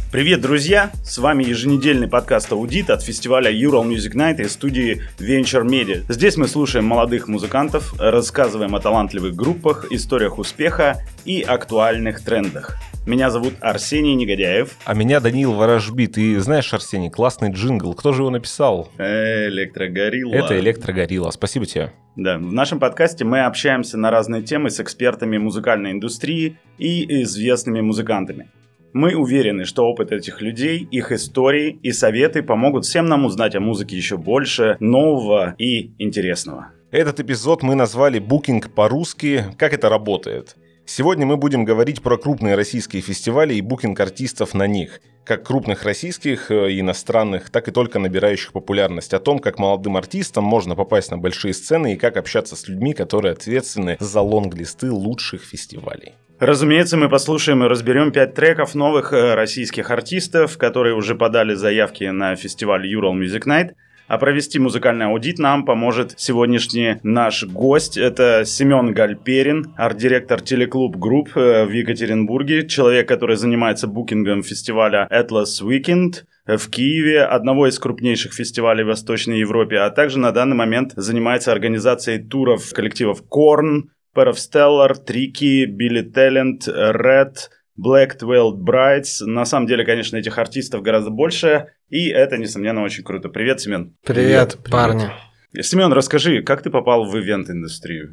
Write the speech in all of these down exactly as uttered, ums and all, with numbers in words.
Привет, друзья! С вами еженедельный подкаст «Аудит» от фестиваля Ural Music Night и студии Venture Media. Здесь мы слушаем молодых музыкантов, рассказываем о талантливых группах, историях успеха и актуальных трендах. Меня зовут Арсений Негодяев. А меня Даниил Ворожби. Ты знаешь, Арсений, классный джингл. Кто же его написал? Электрогорилла. Это Электрогорилла. Спасибо тебе. Да, в нашем подкасте мы общаемся на разные темы с экспертами музыкальной индустрии и известными музыкантами. Мы уверены, что опыт этих людей, их истории и советы помогут всем нам узнать о музыке еще больше, нового и интересного. Этот эпизод мы назвали «Букинг по-русски. Как это работает?». Сегодня мы будем говорить про крупные российские фестивали и букинг артистов на них. Как крупных российских, иностранных, так и только набирающих популярность. О том, как молодым артистам можно попасть на большие сцены и как общаться с людьми, которые ответственны за лонг-листы лучших фестивалей. Разумеется, мы послушаем и разберем пять треков новых российских артистов, которые уже подали заявки на фестиваль Ural Music Night. А провести музыкальный аудит нам поможет сегодняшний наш гость. Это Семен Гальперин, арт-директор Телеклуб Групп в Екатеринбурге, человек, который занимается букингом фестиваля Atlas Weekend в Киеве, одного из крупнейших фестивалей в Восточной Европе, а также на данный момент занимается организацией туров коллективов Korn, Pair of Stellar, Tricky, Billy Talent, Red, Black Twelve Brides. На самом деле, конечно, этих артистов гораздо больше, и это, несомненно, очень круто. Привет, Семен. Привет, Привет парни. Семен, расскажи, как ты попал в ивент-индустрию?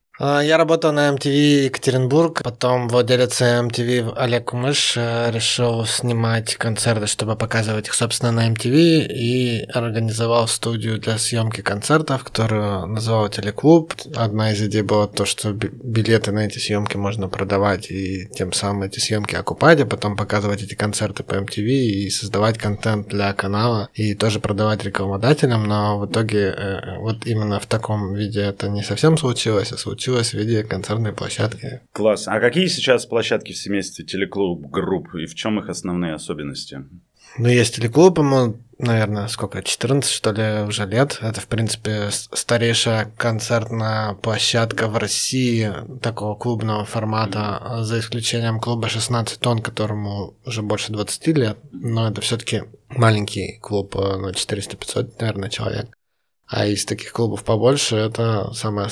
Я работал на эм ти ви Екатеринбург, потом владелец эм ти ви Олег Кумыш решил снимать концерты, чтобы показывать их, собственно, на эм ти ви, и организовал студию для съемки концертов, которую называл Телеклуб. Одна из идей была то, что билеты на эти съемки можно продавать и тем самым эти съемки окупать, а потом показывать эти концерты по эм ти ви и создавать контент для канала и тоже продавать рекламодателям, но в итоге вот именно в таком виде это не совсем случилось, а случилось в виде концертной площадки. Класс. А какие сейчас площадки в семействе Телеклуб Групп и в чем их основные особенности? Ну, есть Телеклуб, ему, наверное, сколько, четырнадцать, что ли, уже лет. Это, в принципе, старейшая концертная площадка в России такого клубного формата, mm-hmm. за исключением клуба шестнадцать тонн, которому уже больше двадцать лет, но это все-таки маленький клуб на четыреста-пятьсот, наверное, человек. А из таких клубов побольше это самая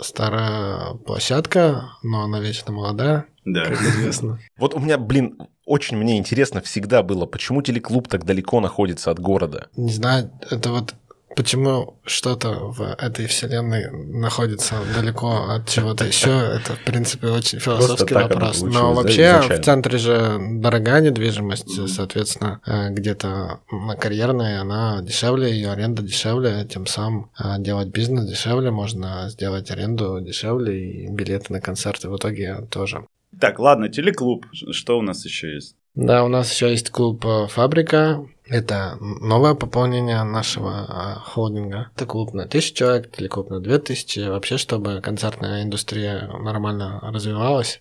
старая площадка, но она вечно молодая, да. Как известно. Вот у меня, блин, очень мне интересно всегда было, почему Телеклуб так далеко находится от города? Не знаю, это вот почему что-то в этой вселенной находится далеко от чего-то еще, это, в принципе, очень философский вопрос. Но вообще в центре же дорогая недвижимость, соответственно, где-то на Карьерной она дешевле, ее аренда дешевле, тем самым делать бизнес дешевле, можно сделать аренду дешевле и билеты на концерты в итоге тоже. Так, ладно, Телеклуб, что у нас еще есть? Да, у нас еще есть клуб «Фабрика». Это новое пополнение нашего холдинга. Это клуб на тысячу человек, телеклуб на две тысячи. Вообще, чтобы концертная индустрия нормально развивалась,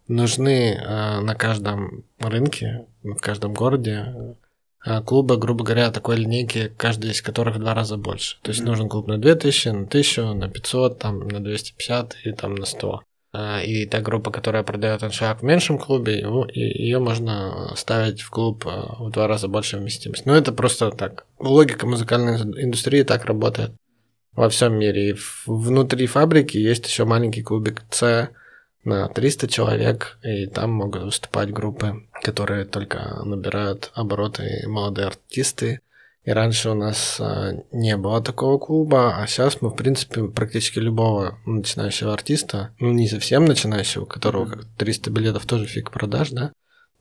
нужны на каждом рынке, в каждом городе клубы, грубо говоря, такой линейки, каждый из которых в два раза больше. То есть нужен клуб на две тысячи, на тысячу, на пятьсот, там, на двести пятьдесят и там на сто. И та группа, которая продает аншлаг в меньшем клубе, ее можно ставить в клуб в два раза больше вместимость. Ну, это просто так. Логика музыкальной индустрии так работает во всем мире. И внутри фабрики есть еще маленький клубик С на триста человек, и там могут выступать группы, которые только набирают обороты, молодые артисты. И раньше у нас а, не было такого клуба, а сейчас мы, в принципе, практически любого начинающего артиста, ну, не совсем начинающего, у которого как триста билетов тоже фиг продаж, да,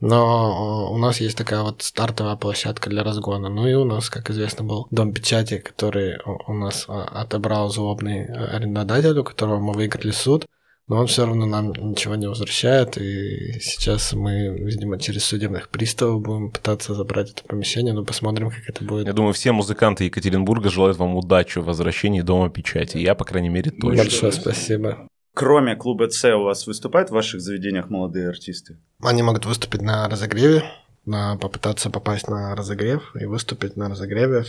но у нас есть такая вот стартовая площадка для разгона. Ну и у нас, как известно, был Дом печати, который у нас отобрал злобный арендодатель, у которого мы выиграли суд, но он все равно нам ничего не возвращает, и сейчас мы, видимо, через судебных приставов будем пытаться забрать это помещение, но посмотрим, как это будет. Я думаю, все музыканты Екатеринбурга желают вам удачи в возвращении Дома печати. Я, по крайней мере, точно. Большое спасибо. Кроме клуба С у вас выступают в ваших заведениях молодые артисты? Они могут выступить на разогреве, на попытаться попасть на разогрев и выступить на разогреве.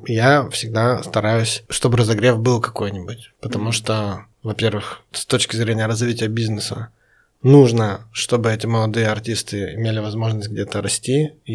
Я всегда стараюсь, чтобы разогрев был какой-нибудь, потому mm-hmm. что, во-первых, с точки зрения развития бизнеса, нужно, чтобы эти молодые артисты имели возможность где-то расти и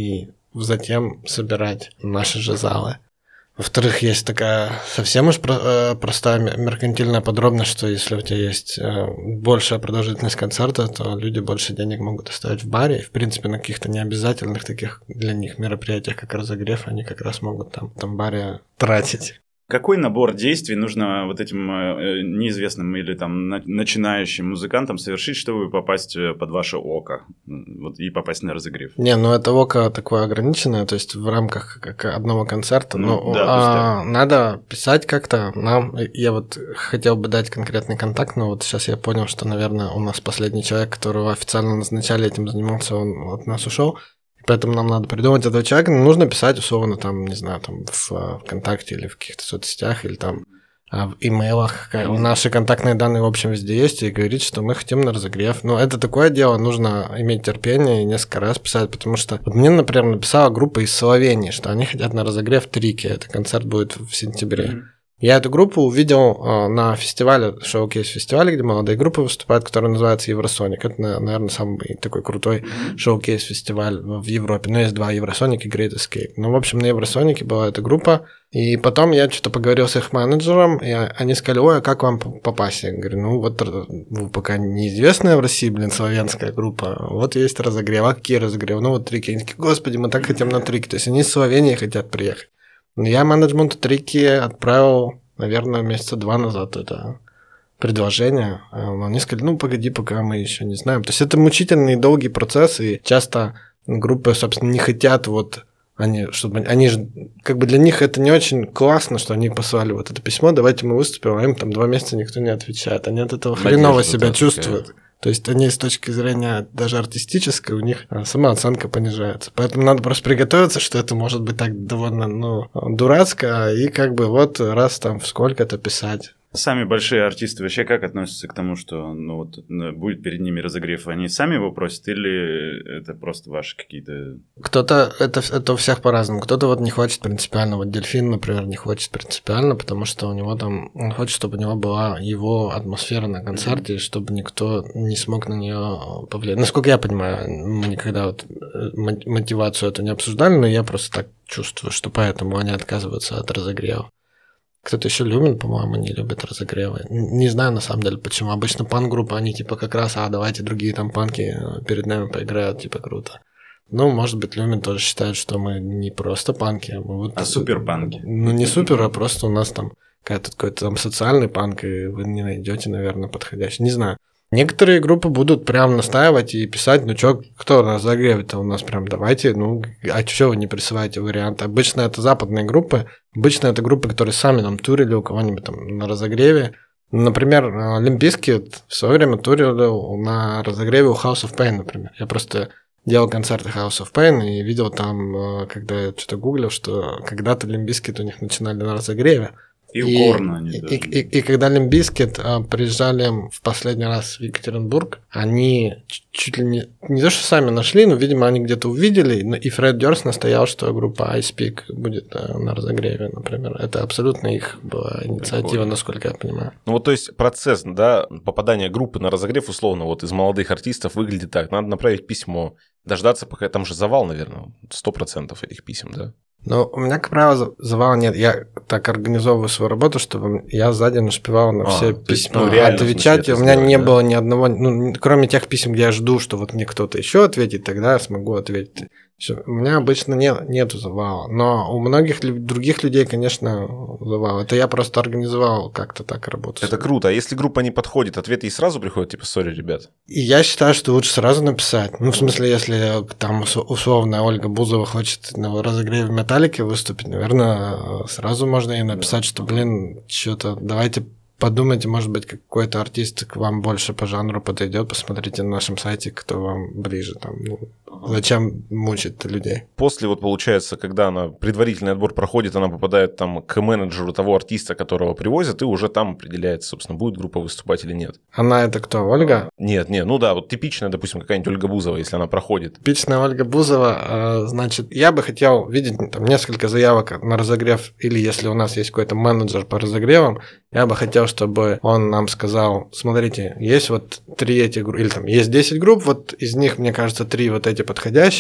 затем собирать наши же залы. Во-вторых, есть такая совсем уж про- простая меркантильная подробность, что если у тебя есть большая продолжительность концерта, то люди больше денег могут оставить в баре. И, в принципе, на каких-то необязательных таких для них мероприятиях, как разогрев, они как раз могут там в том баре тратить. Какой набор действий нужно вот этим э, неизвестным или там на- начинающим музыкантам совершить, чтобы попасть под ваше око вот, и попасть на разогрев? Не, ну это око такое ограниченное, то есть в рамках как одного концерта. Ну, но да, а, надо писать как-то нам. Я вот хотел бы дать конкретный контакт, но вот сейчас я понял, что, наверное, у нас последний человек, которого официально назначали, этим занимался, он от нас ушел. Поэтому нам надо придумать этого человека, но нужно писать условно там, не знаю, там в ВКонтакте или в каких-то соцсетях, или там в имейлах. Наши контактные данные, в общем, везде есть, и говорить, что мы хотим на разогрев. Но это такое дело, нужно иметь терпение и несколько раз писать, потому что вот мне, например, написала группа из Словении, что они хотят на разогрев Трики, это концерт будет в сентябре. Mm-hmm. Я эту группу увидел э, на фестивале, шоу-кейс-фестивале, где молодые группы выступают, который называется Евросоник. Это, наверное, самый такой крутой шоу-кейс-фестиваль в Европе. Но есть два, Евросоник и Great Escape. Ну, в общем, на Евросонике была эта группа. И потом я что-то поговорил с их менеджером, и они сказали: ой, а как вам попасть? Я говорю: ну, вот вы пока неизвестная в России, блин, славянская группа. Вот есть разогрев. А какие разогревы? Ну, вот Трики. Они такие: господи, мы так хотим на Трики. То есть они из Словении хотят приехать. Я менеджменту Трики отправил, наверное, месяца два назад это предложение. Но они сказали: ну, погоди, пока мы еще не знаем. То есть это мучительный долгий процесс, и часто группы, собственно, не хотят вот они, чтобы они же, как бы для них это не очень классно, что они послали вот это письмо, давайте мы выступим, а им там два месяца никто не отвечает. Они от этого хреново себя чувствуют. Такая. То есть они с точки зрения даже артистической, у них самооценка понижается. Поэтому надо просто приготовиться, что это может быть так довольно, ну, дурацко, и как бы вот раз там в сколько-то писать. Сами большие артисты вообще как относятся к тому, что ну, вот, будет перед ними разогрев? Они сами его просят или это просто ваши какие-то... Кто-то, это, это у всех по-разному. Кто-то вот не хочет принципиально. Вот Дельфин, например, не хочет принципиально, потому что у него там... Он хочет, чтобы у него была его атмосфера на концерте, mm-hmm. чтобы никто не смог на нее повлиять. Насколько я понимаю, мы никогда вот мотивацию эту не обсуждали, но я просто так чувствую, что поэтому они отказываются от разогрева. Кто-то еще Люмен, по-моему, не любит разогревы. Не знаю, на самом деле, почему. Обычно панк-группы, они типа как раз, а давайте другие там панки перед нами поиграют, типа круто. Ну, может быть, Люмен тоже считает, что мы не просто панки, а мы вот... А супер-панки. Ну, не супер, а просто у нас там какой-то, какой-то там социальный панк, и вы не найдете, наверное, подходящий. Не знаю. Некоторые группы будут прям настаивать и писать: ну чё, кто разогревает-то у нас прям, давайте, ну, а чё вы не присылаете варианты? Обычно это западные группы, обычно это группы, которые сами там турили у кого-нибудь там на разогреве. Например, Limp Bizkit в свое время турил на разогреве у House of Pain, например. Я просто делал концерты House of Pain и видел там, когда я что-то гуглил, что когда-то Limp Bizkit у них начинали на разогреве. И, и у Корна они и, даже. И, и, и когда Limp Bizkit а, приезжали в последний раз в Екатеринбург, они чуть ли не... Не то, что сами нашли, но, видимо, они где-то увидели, и Фред Дёрст настоял, что группа Ice Peak будет а, на разогреве, например. Это абсолютно их была инициатива, Прикольно. Насколько я понимаю. Ну вот, то есть, процесс, да, попадания группы на разогрев, условно, вот из молодых артистов выглядит так. Надо направить письмо, дождаться, пока... Там же завал, наверное, сто процентов этих писем, да? Ну, у меня, как правило, завала нет. Я так организовываю свою работу, чтобы я за день успевал на все а, письма ну, отвечать. У меня сделать, не да? было ни одного, ну, кроме тех писем, где я жду, что вот мне кто-то еще ответит, тогда я смогу ответить. Все. У меня обычно нет, нету завала. Но у многих других людей, конечно, завал. Это я просто организовал как-то так работу. Это круто. А если группа не подходит, ответы и сразу приходят, типа, сори, ребят? И я считаю, что лучше сразу написать. Ну, в смысле, если там условно Ольга Бузова хочет на разогреве Металлики выступить, наверное, сразу можно ей написать, что, блин, что-то давайте подумайте, может быть, какой-то артист к вам больше по жанру подойдет, посмотрите на нашем сайте, кто вам ближе. Там, ну, зачем мучить людей? После, вот получается, когда она предварительный отбор проходит, она попадает там к менеджеру того артиста, которого привозят, и уже там определяется, собственно, будет группа выступать или нет. Она это кто, Ольга? Нет, нет, ну да, вот типичная, допустим, какая-нибудь Ольга Бузова, если она проходит. Типичная Ольга Бузова, значит, я бы хотел видеть там несколько заявок на разогрев, или если у нас есть какой-то менеджер по разогревам, я бы хотел, чтобы он нам сказал: смотрите, есть вот три эти группы, или там есть десять групп, вот из них, мне кажется, три вот эти подходящие,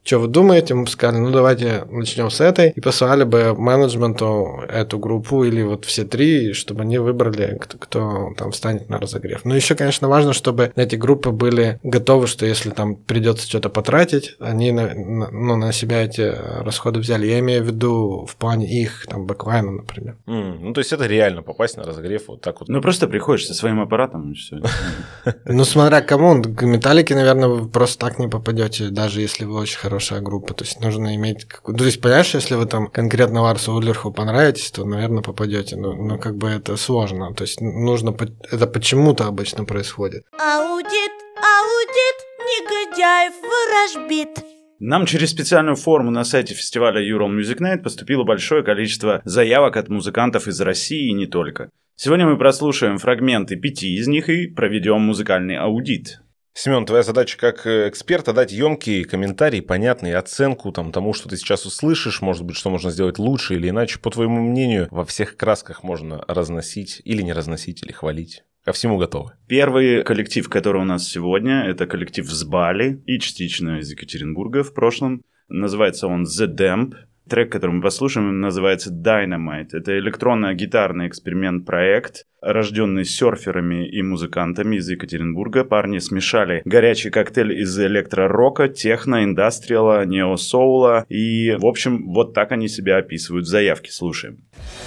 что вы думаете, мы бы сказали, ну давайте начнем с этой, и послали бы менеджменту эту группу или вот все три, чтобы они выбрали, кто, кто там встанет на разогрев. Ну еще, конечно, важно, чтобы эти группы были готовы, что если там придется что-то потратить, они на, на, ну, на себя эти расходы взяли. Я имею в виду в плане их там бэклайна, например. Mm, ну то есть это реально попасть на разогрев вот так вот. Ну просто приходишь со своим аппаратом и все. Ну смотря кому, к Металлике, наверное, вы просто так не попадете, даже если вы очень хорошая группа. То есть нужно иметь... То есть, понимаешь, если вы там конкретно Ларсу Ульриху понравитесь, то, наверное, попадете. Но, но как бы это сложно. То есть нужно... Это почему-то обычно происходит. Аудит, аудит, негодяев ворожбит. Нам через специальную форму на сайте фестиваля Ural Music Night поступило большое количество заявок от музыкантов из России и не только. Сегодня мы прослушаем фрагменты пяти из них и проведем музыкальный аудит. Семен, твоя задача как эксперта дать емкий комментарий, понятный, оценку там, тому, что ты сейчас услышишь, может быть, что можно сделать лучше или иначе. По твоему мнению, во всех красках можно разносить или не разносить, или хвалить. Ко всему готовы. Первый коллектив, который у нас сегодня, это коллектив с Бали и частично из Екатеринбурга в прошлом. Называется он The Damp. Трек, который мы послушаем, называется Dynamite. Это электронно-гитарный эксперимент-проект, рожденный серферами и музыкантами из Екатеринбурга. Парни смешали горячий коктейль из электро-рока, техно, индастриала, нео-соула. И, в общем, вот так они себя описывают в заявке. Слушаем.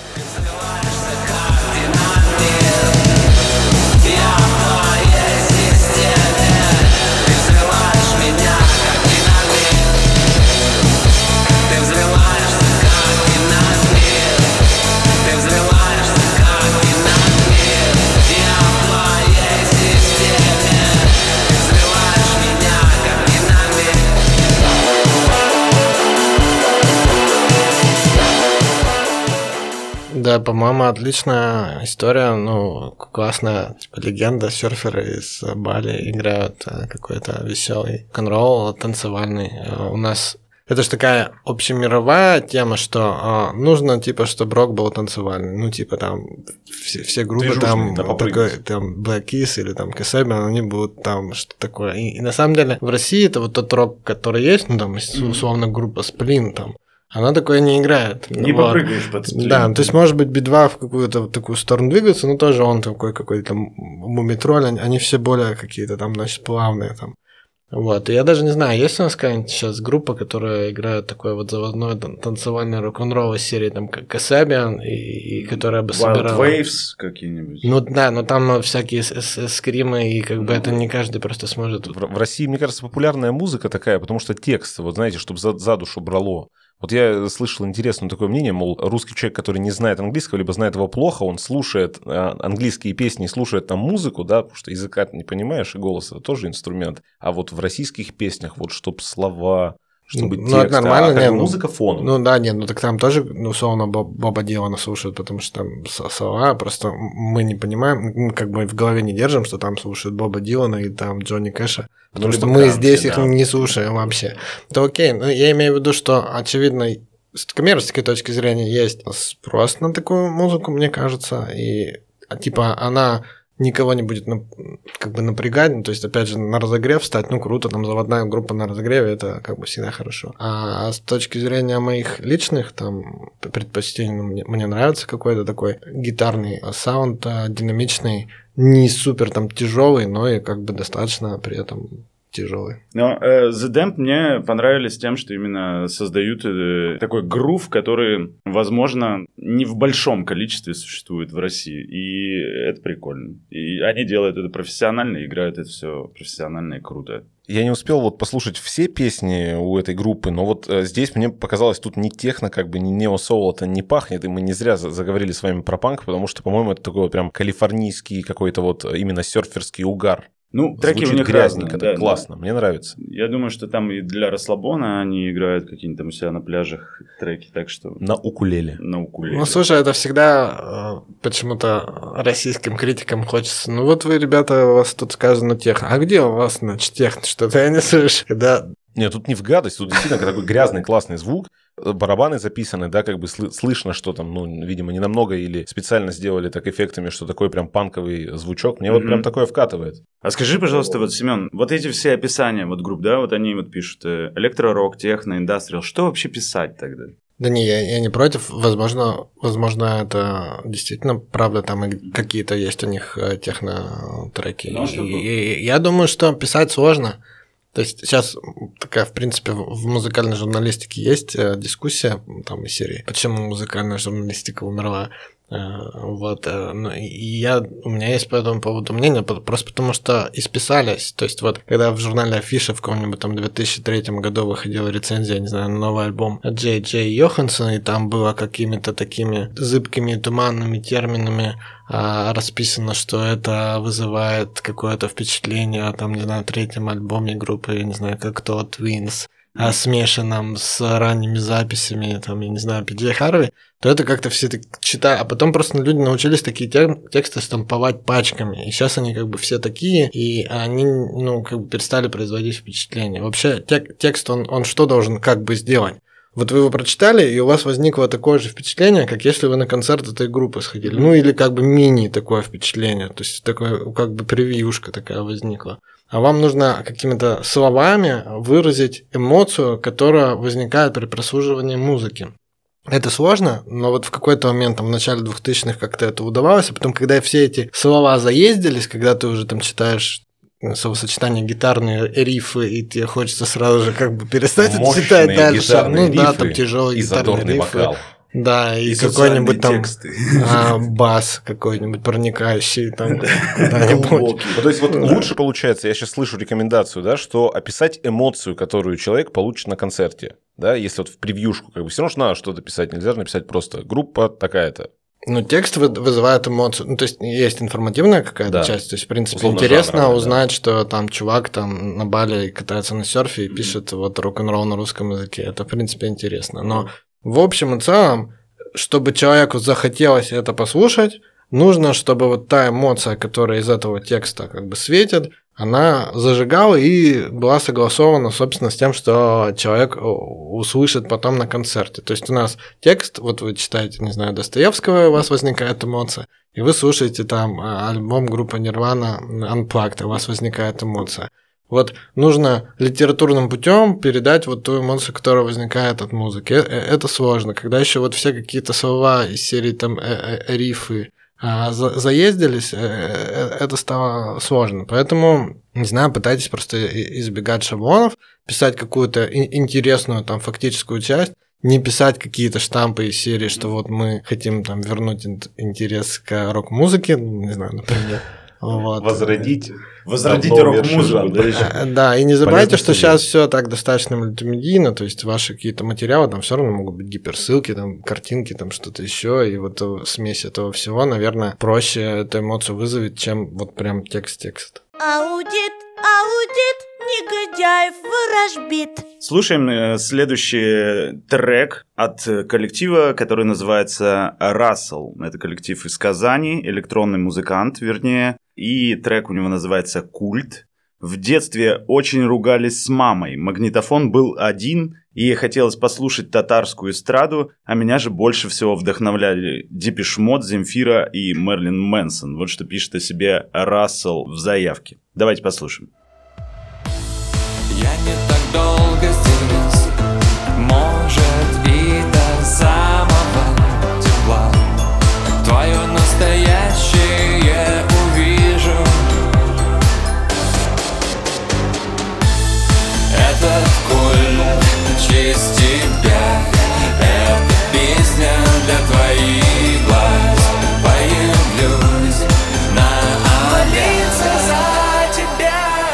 Да, по-моему, отличная история, ну, классная, типа, легенда, серферы из Бали играют какой-то веселый рок-н-ролл танцевальный. У нас это же такая общемировая тема, что а, нужно, типа, чтобы рок был танцевальный. Ну, типа, там, все, все группы, Движушный, там, да, такой, там, Black Keys или там Kasabian, они будут там что такое. И, и на самом деле в России это вот тот рок, который есть, ну, там, условно, группа Сплин, там, она такое не играет. Не вот. Попрыгаешь под сплин. Да, то есть, может быть, би два в какую-то вот такую сторону двигается, но тоже он такой какой-то мумитроль, они, они все более какие-то там, значит, плавные там. Вот, и я даже не знаю, есть у нас какая-нибудь сейчас группа, которая играет такой вот заводной танцевальный рок-н-ролл из серии, там, как Kasabian, и, и которая бы собирала... Wild Waves какие-нибудь. Ну да, но там всякие скримы, и как бы это не каждый просто сможет... В, в России, мне кажется, популярная музыка такая, потому что текст, вот знаете, чтобы за, за душу брало. Вот я слышал интересное такое мнение, мол, русский человек, который не знает английского, либо знает его плохо, он слушает английские песни, слушает там музыку, да, потому что языка ты не понимаешь, и голос – это тоже инструмент. А вот в российских песнях, вот чтоб слова, чтобы ну, текст, это нормально, а не, музыка фоном. Ну да, нет, ну так там тоже, ну, условно, Боба Дилана слушают, потому что там слова, просто мы не понимаем, мы как бы в голове не держим, что там слушают Боба Дилана и там Джонни Кэша, потому ну, что мы Ганси, здесь да. их не слушаем вообще. То окей, но я имею в виду, что, очевидно, с коммерческой точки зрения есть спрос на такую музыку, мне кажется, и типа она никого не будет как бы напрягать, ну, то есть, опять же, на разогрев стать, ну, круто, там, заводная группа на разогреве, это как бы всегда хорошо. А с точки зрения моих личных, там, предпочтений, ну, мне, мне нравится какой-то такой гитарный саунд, динамичный, не супер там тяжелый, но и как бы достаточно при этом тяжелый. Но э, The Damp мне понравились тем, что именно создают э, такой грув, который, возможно, не в большом количестве существует в России. И это прикольно. И они делают это профессионально, играют это все профессионально и круто. Я не успел вот послушать все песни у этой группы, но вот э, здесь мне показалось, тут не техно, как бы не нео-соул это не пахнет, и мы не зря заговорили с вами про панк, потому что, по-моему, это такой вот прям калифорнийский какой-то вот именно серферский угар. Ну, треки звучит у них грязненько, разные, так да, классно, да. Мне нравится. Я думаю, что там и для расслабона они играют какие-нибудь там у себя на пляжах треки, так что... На укулеле. На укулеле. Ну, слушай, это всегда э, почему-то российским критикам хочется. Ну, вот вы, ребята, у вас тут сказано техно. А где у вас, значит, техно? Что-то я не слышу. Когда Нет, тут не в гадость, тут действительно такой грязный классный звук, барабаны записаны, да, как бы сл- слышно, что там, ну, видимо, не намного или специально сделали так эффектами, что такой прям панковый звучок. Мне mm-hmm. вот прям такое вкатывает. А скажи, пожалуйста, вот, Семен, вот эти все описания вот групп, да, вот они вот пишут электророк, техно, индастриал, что вообще писать тогда? Да не, я, я не против. Возможно, возможно, это действительно правда, там и какие-то есть у них техно-треки. Ну, и, и, я думаю, что писать сложно. То есть сейчас такая, в принципе, в музыкальной журналистике есть дискуссия там из серии, почему музыкальная журналистика умерла. Вот, ну, и я, у меня есть по этому поводу мнение, просто потому что исписались, то есть вот, когда в журнале Афиша в каком-нибудь там две тысячи третьем году выходила рецензия, не знаю, на новый альбом Джей Джей Йохансона, и там было какими-то такими зыбкими, туманными терминами а, расписано, что это вызывает какое-то впечатление о, там, не знаю, третьем альбоме группы, я не знаю, как то Twins, а смешанном с ранними записями, там, я не знаю, Пи Джей Харви, то это как-то все так читают, а потом просто люди научились такие тексты штамповать пачками, и сейчас они как бы все такие, и они, ну, как бы перестали производить впечатление. Вообще тек- текст, он, он что должен как бы сделать? Вот вы его прочитали, и у вас возникло такое же впечатление, как если вы на концерт этой группы сходили. Ну, или как бы мини такое впечатление, то есть такое, как бы превьюшка такая возникла. А вам нужно какими-то словами выразить эмоцию, которая возникает при прослушивании музыки. Это сложно, но вот в какой-то момент, там, в начале двухтысячных как-то это удавалось, а потом, когда все эти слова заездились, когда ты уже там читаешь словосочетание гитарные рифы, и тебе хочется сразу же как бы перестать это читать дальше. Ну да, там тяжелые гитарные рифы. Вокал. Да, и, и какой-нибудь там а, бас какой-нибудь проникающий там куда-нибудь. Ну, то есть вот лучше получается, я сейчас слышу рекомендацию, да, что описать эмоцию, которую человек получит на концерте, да, если вот в превьюшку, как бы все равно надо что-то писать, нельзя написать просто группа такая-то. Ну, текст вызывает эмоцию. Ну, то есть есть информативная какая-то да. часть. То есть, в принципе, условно интересно жанровая, узнать, да. что там чувак там на Бали катается на серфе и пишет вот рок-н-ролл на русском языке. Это, в принципе, интересно. Но в общем и целом, чтобы человеку захотелось это послушать, нужно, чтобы вот та эмоция, которая из этого текста как бы светит, она зажигала и была согласована, собственно, с тем, что человек услышит потом на концерте. То есть у нас текст, вот вы читаете, не знаю, Достоевского, у вас возникает эмоция, и вы слушаете там альбом группы Nirvana Unplugged, у вас возникает эмоция. Вот нужно литературным путем передать вот ту эмоцию, которая возникает от музыки. Это сложно. Когда еще вот все какие-то слова из серии там рифы заездились, это стало сложно. Поэтому, не знаю, пытайтесь просто избегать шаблонов, писать какую-то интересную там фактическую часть, не писать какие-то штампы из серии, что вот мы хотим там вернуть интерес к рок-музыке, не знаю, например. Вот. Возродить, Возродить рок-музыку. Да, да, и не забывайте, что сейчас все так достаточно мультимедийно, то есть ваши какие-то материалы, там все равно могут быть гиперссылки, там картинки, там что-то еще, и вот смесь этого всего, наверное, проще эту эмоцию вызовет, чем вот прям текст-текст. Аудит, аудит, негодяев ворожбит. Слушаем следующий трек от коллектива, который называется «Рассел». Это коллектив из Казани, электронный музыкант, вернее. И трек у него называется «Культ». В детстве очень ругались с мамой. Магнитофон был один, и хотелось послушать татарскую эстраду, а меня же больше всего вдохновляли Депеш Мод, Земфира и Мерлин Мэнсон. Вот что пишет о себе Рассел в заявке. Давайте послушаем. Я не так долго здесь, может и до самого тепла. Твое настоящее увижу. Этот культ через тебя, эта песня для твоих глаз. Появлюсь на молиться за тебя.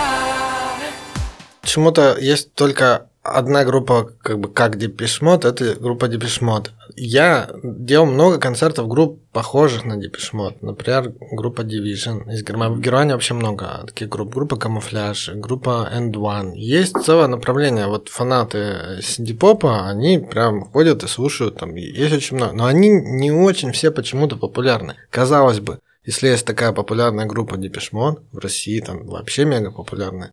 Почему-то есть только одна группа, как бы как Депеш Мод, это группа Депеш Мод. Я делал много концертов групп, похожих на Депеш Мод. Например, группа Division. Из Германии. В Германии вообще много таких групп. Группа Камуфляж, группа энд уан. Есть целое направление. Вот фанаты синди-попа, они прям ходят и слушают. Там есть очень много. Но они не очень все почему-то популярны. Казалось бы, если есть такая популярная группа Депеш Мод в России, там вообще мега популярная,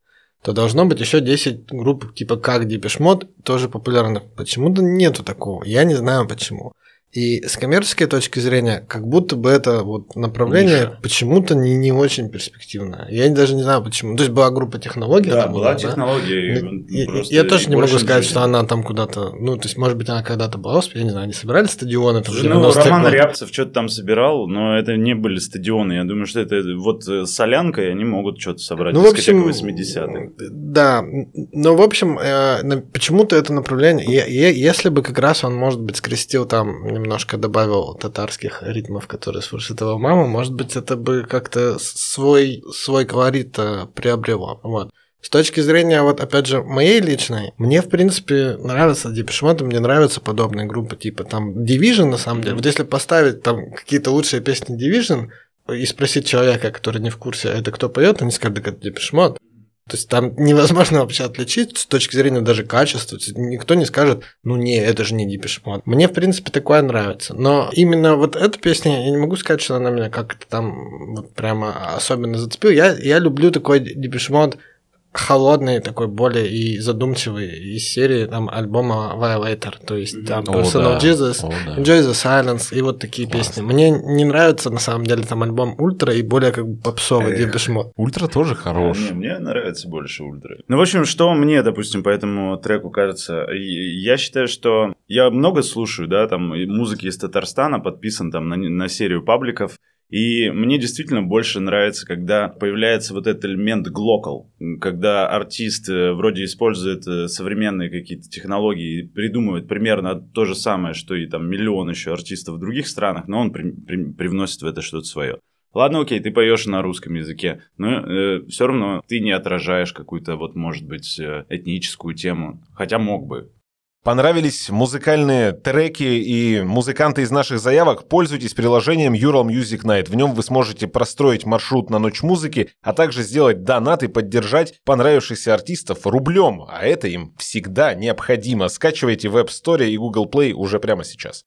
то должно быть еще десять групп типа как Depeche Mode, тоже популярных. Почему-то нету такого. Я не знаю почему. И с коммерческой точки зрения, как будто бы это вот направление Ниша. почему-то не, не очень перспективное. Я даже не знаю почему. То есть была группа технологий. Да, там была да? технология. Ну, и я, просто я тоже не могу больше сказать, ничего что нет. она там куда-то. Ну, то есть, может быть, она когда-то была успешна, я не знаю, они собирали стадионы там в Слушай, ну, девяностые Роман годы. Рябцев что-то там собирал, но это не были стадионы. Я думаю, что это вот с Солянкой они могут что-то собрать. Ну, в общем, восьмидесятых. да, но в общем, э, на- почему-то это направление, е- е- если бы как раз он, может быть, скрестил там, немножко добавил татарских ритмов, которые слушает его мама, может быть, это бы как-то свой, свой колорит э, приобрело, вот. С точки зрения, вот опять же, моей личной, мне, в принципе, нравится Depeche Mode, мне нравятся подобные группы, типа там Division, на самом деле. Вот если поставить там какие-то лучшие песни Division и спросить человека, который не в курсе, а это кто поет, они скажут, это Depeche Mode. То есть там невозможно вообще отличить с точки зрения даже качества. То есть никто не скажет, ну не, это же не Depeche Mode. Мне, в принципе, такое нравится. Но именно вот эта песня, я не могу сказать, что она меня как-то там вот прямо особенно зацепила. Я, я люблю такой Depeche Mode холодный, такой более и задумчивый из серии там альбома Violator, то есть там О, Personal да. Jesus, О, да. Enjoy the Silence и вот такие Классно. песни. Мне не нравится на самом деле там альбом Ультра и более как бы попсовый Эх. Depeche Mode. Ультра тоже хорош. Не, мне нравится больше ультра. Ну, в общем, что мне, допустим, по этому треку кажется? И- Я считаю, что я много слушаю, да, там, и музыки из Татарстана, подписан там на, на серию пабликов, и мне действительно больше нравится, когда появляется вот этот элемент глокал, когда артист э, вроде использует э, современные какие-то технологии и придумывает примерно то же самое, что и там миллион еще артистов в других странах, но он при- при- привносит в это что-то свое. Ладно, окей, ты поешь на русском языке, но э, все равно ты не отражаешь какую-то, вот, может быть, э, этническую тему, хотя мог бы. Понравились музыкальные треки и музыканты из наших заявок? Пользуйтесь приложением Ural Music Night. В нем вы сможете простроить маршрут на ночь музыки, а также сделать донат и поддержать понравившихся артистов рублем. А это им всегда необходимо. Скачивайте в App Store и Google Play уже прямо сейчас.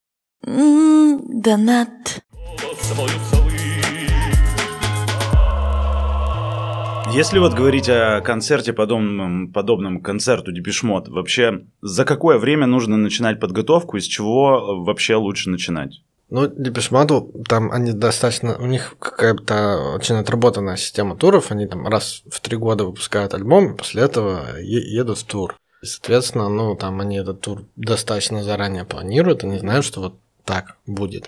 М, Донат. Если вот говорить о концерте, подобном, подобном концерту Depeche Mode, вообще за какое время нужно начинать подготовку и с чего вообще лучше начинать? Ну, Depeche Mode, там они достаточно, у них какая-то очень отработанная система туров, они там раз в три года выпускают альбом, и после этого е- едут в тур. И, соответственно, ну, там они этот тур достаточно заранее планируют, они знают, что вот так будет.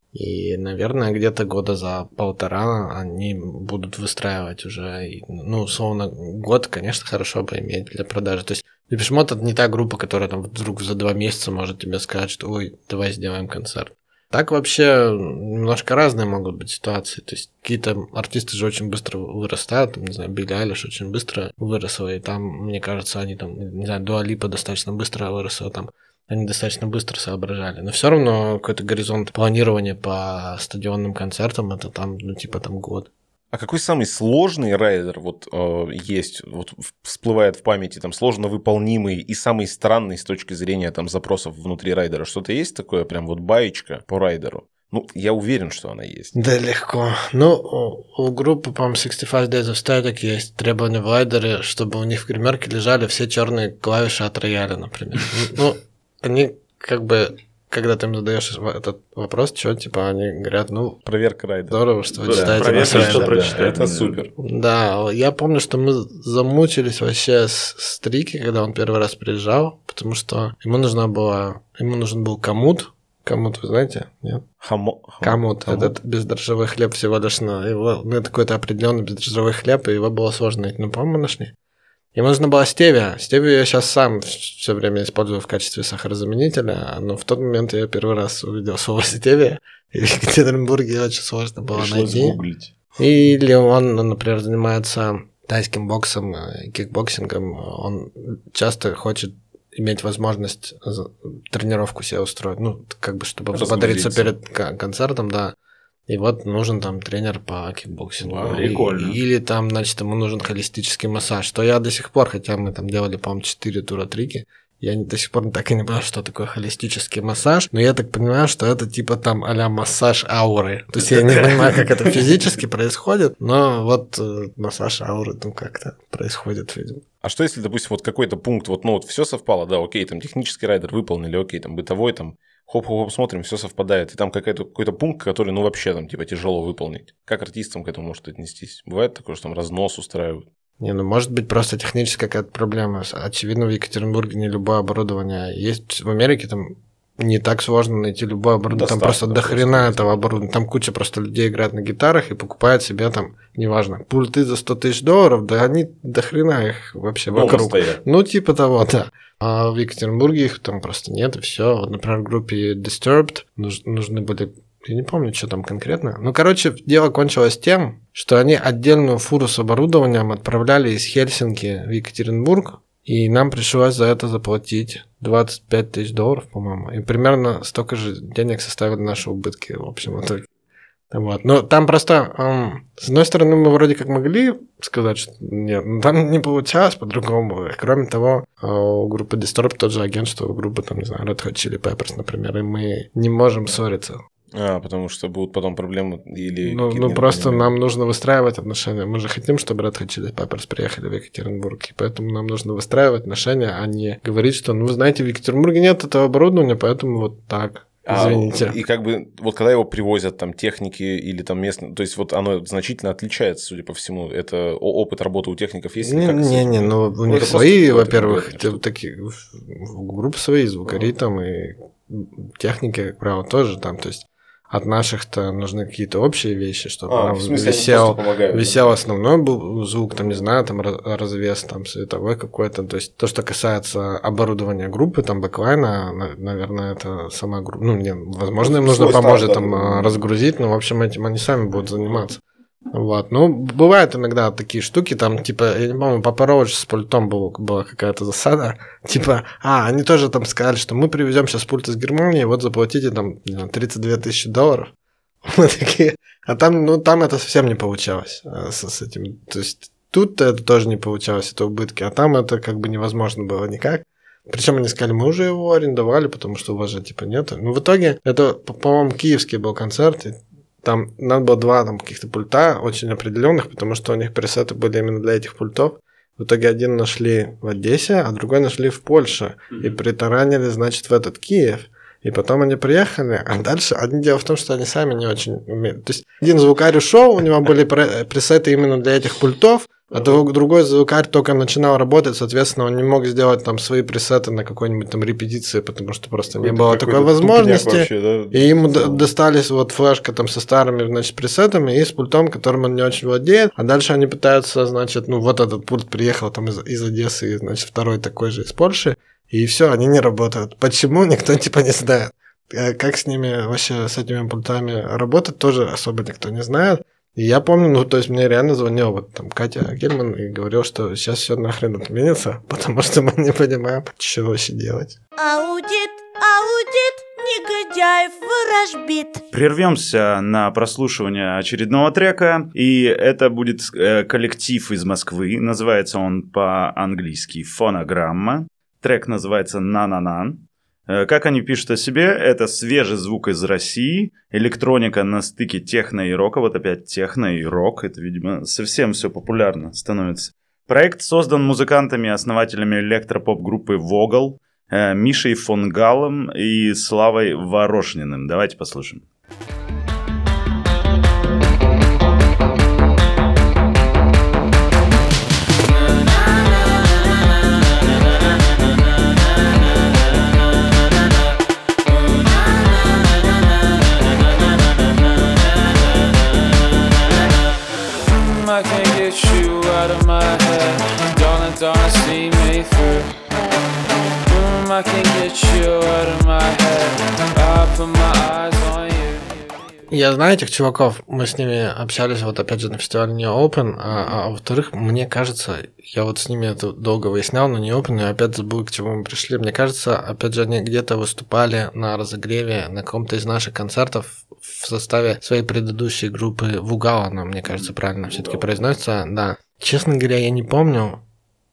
И, наверное, где-то года за полтора они будут выстраивать уже, и, ну, условно, год, конечно, хорошо бы иметь для продажи. То есть Depeche Mode — это не та группа, которая там вдруг за два месяца может тебе сказать, что ой, давай сделаем концерт. Так вообще немножко разные могут быть ситуации. То есть какие-то артисты же очень быстро вырастают, там, не знаю, Билли Айлиш очень быстро выросла, и там, мне кажется, они там, не знаю, Дуа Липа достаточно быстро выросла, там они достаточно быстро соображали. Но все равно какой-то горизонт планирования по стадионным концертам это там, ну, типа там год. А какой самый сложный райдер вот э, есть, вот всплывает в памяти, там сложно выполнимый и самый странный с точки зрения там запросов внутри райдера? Что-то есть такое, прям вот баечка по райдеру? Ну, я уверен, что она есть. Да, легко. Ну, у, у группы, по-моему, шестьдесят пять Days of Static есть требования в райдере, чтобы у них в гримерке лежали все черные клавиши от рояля, например. Ну, они как бы, когда ты им задаешь этот вопрос, что, типа, они говорят, ну, Проверка райдера. здорово, что вы Да, читаете проверка, наш что райдер. прочитать. Это Да. супер. Да, я помню, что мы замучились вообще с, с Трики, когда он первый раз приезжал, потому что ему нужна была, ему нужен был коммут. Коммут, вы знаете? Нет? Хамо... хамо- Коммут. коммут? Этот бездрожжевой хлеб всего лишь на его, ну, это какой-то определенный бездрожжевой хлеб, и его было сложно найти. Ну, по-моему, нашли. Ему нужна была стевия. Стевию я сейчас сам все время использую в качестве сахарозаменителя, но в тот момент я первый раз увидел слово стевия, и в Екатеринбурге очень сложно было Пришлось найти. гуглить. Или он, например, занимается тайским боксом, э, кикбоксингом, он часто хочет иметь возможность за- тренировку себе устроить, ну, как бы, чтобы взбодриться Разгрузиться. перед ко- концертом, да. И вот нужен там тренер по кикбоксингу. Вау, И- прикольно. Или там, значит, ему нужен холистический массаж, что я до сих пор, хотя мы там делали, по-моему, четыре тура трики, Я до сих пор так и не понял, что такое холистический массаж, но я так понимаю, что это типа там а-ля массаж ауры. То есть я не понимаю, как это физически происходит, но вот э, массаж ауры ну как-то происходит, видимо. А что если, допустим, вот какой-то пункт, вот, ну вот все совпало, да, окей, там технический райдер выполнили, окей, там бытовой, там хоп-хоп-хоп смотрим, все совпадает, и там какой-то, какой-то пункт, который, ну вообще там типа тяжело выполнить. Как артистам к этому может отнестись? Бывает такое, что там разнос устраивают? Не, ну может быть просто техническая какая-то проблема. Очевидно, в Екатеринбурге не любое оборудование. Есть в Америке там не так сложно найти любое оборудование. Там просто до хрена этого оборудования. Там куча просто людей играет на гитарах и покупает себе там, неважно, пульты за сто тысяч долларов, да они до хрена их вообще вокруг. Стоят. Ну, типа того, да. А в Екатеринбурге их там просто нет, и все. Вот, например, в группе Disturbed нуж- нужны были... Я не помню, что там конкретно. Ну, короче, дело кончилось тем, что они отдельную фуру с оборудованием отправляли из Хельсинки в Екатеринбург, и нам пришлось за это заплатить двадцать пять тысяч долларов, по-моему. И примерно столько же денег составили наши убытки, в общем, в итоге. Вот. Но там просто, эм, с одной стороны, мы вроде как могли сказать, что нет, но там не получалось по-другому. Кроме того, у группы Disturbed тот же агент, что у группы, там, не знаю, Red Hot Chili Peppers, например, и мы не можем ссориться. А, потому что будут потом проблемы или... Ну, ну просто нам нужно выстраивать отношения. Мы же хотим, чтобы Red Hot Chili Peppers приехали в Екатеринбург, и поэтому нам нужно выстраивать отношения, а не говорить, что, ну, вы знаете, в Екатеринбурге нет этого оборудования, поэтому вот так. Извините. А, и как бы, вот когда его привозят там техники или там местные, то есть вот оно значительно отличается, судя по всему. Это опыт работы у техников есть? Не-не-не, ну у них свои, во-первых, такие группы свои, звукари там и техники, как правило, тоже там, то есть от наших-то нужны какие-то общие вещи, чтобы а, нам висел, висел основной был звук, там, не знаю, там развес, там, световой какой-то. То есть то, что касается оборудования группы, там, бэклайна, наверное, это сама группа. Ну, не, возможно, им нужно поможет там разгрузить, но, в общем, этим они сами будут заниматься. Вот, ну, бывают иногда такие штуки, там, типа, я не помню, Папа Роуч с пультом был, была какая-то засада, типа, а, они тоже там сказали, что мы привезем сейчас пульт из Германии, вот заплатите там тридцать две тысячи долларов, мы такие, а там, ну, там это совсем не получалось с, с этим, то есть тут это тоже не получалось, это убытки, а там это как бы невозможно было никак. Причем они сказали, мы уже его арендовали, потому что у вас же типа нет. Ну, в итоге, это, по-моему, киевский был концерт, и там надо было два там, каких-то пульта очень определенных, потому что у них пресеты были именно для этих пультов. В итоге один нашли в Одессе, а другой нашли в Польше. Mm-hmm. И притаранили, значит, в этот Киев. И потом они приехали, а дальше... Одно дело в том, что они сами не очень умеют. То есть один звукарь ушел, у него были пресеты именно для этих пультов, а другой звукарь только начинал работать, соответственно, он не мог сделать там свои пресеты на какой-нибудь там репетиции, потому что просто не было такой возможности. Вообще, да? И ему д- достались вот флешка там со старыми, значит, пресетами и с пультом, которым он не очень владеет. А дальше они пытаются, значит, ну вот этот пульт приехал там из, из Одессы, и, значит, второй такой же из Польши, и все, они не работают. Почему? Никто типа не знает. Как с ними вообще, с этими пультами работать, тоже особо никто не знает. И я помню, ну, то есть мне реально звонила вот там Катя Гельман и говорил, что сейчас все нахрен отменится, потому что мы не понимаем, что вообще делать. Аудит, аудит, негодяев ворожбит. Прервемся на прослушивание очередного трека, и это будет э, коллектив из Москвы, называется он по-английски «Фонограмма». Трек называется «На-на-на». Как они пишут о себе, это свежий звук из России, электроника на стыке техно и рока, вот опять техно и рок, это, видимо, совсем все популярно становится. Проект создан музыкантами, основателями электропоп-группы Vogel, э, Мишей фон Галлом и Славой Ворошниным. Давайте послушаем. I can't get you out of my head. Darling, darling, see me through. Mm, I can't get you out of my head. I put my eyes on you. Я знаю этих чуваков, мы с ними общались вот опять же на фестивале Neo Open, а, а во-вторых, мне кажется, я вот с ними это долго выяснял, но Neo Open, и опять забыл, к чему мы пришли. Мне кажется, опять же, они где-то выступали на разогреве на каком-то из наших концертов в составе своей предыдущей группы Вугал, она, мне кажется, правильно все-таки произносится, да. Честно говоря, я не помню,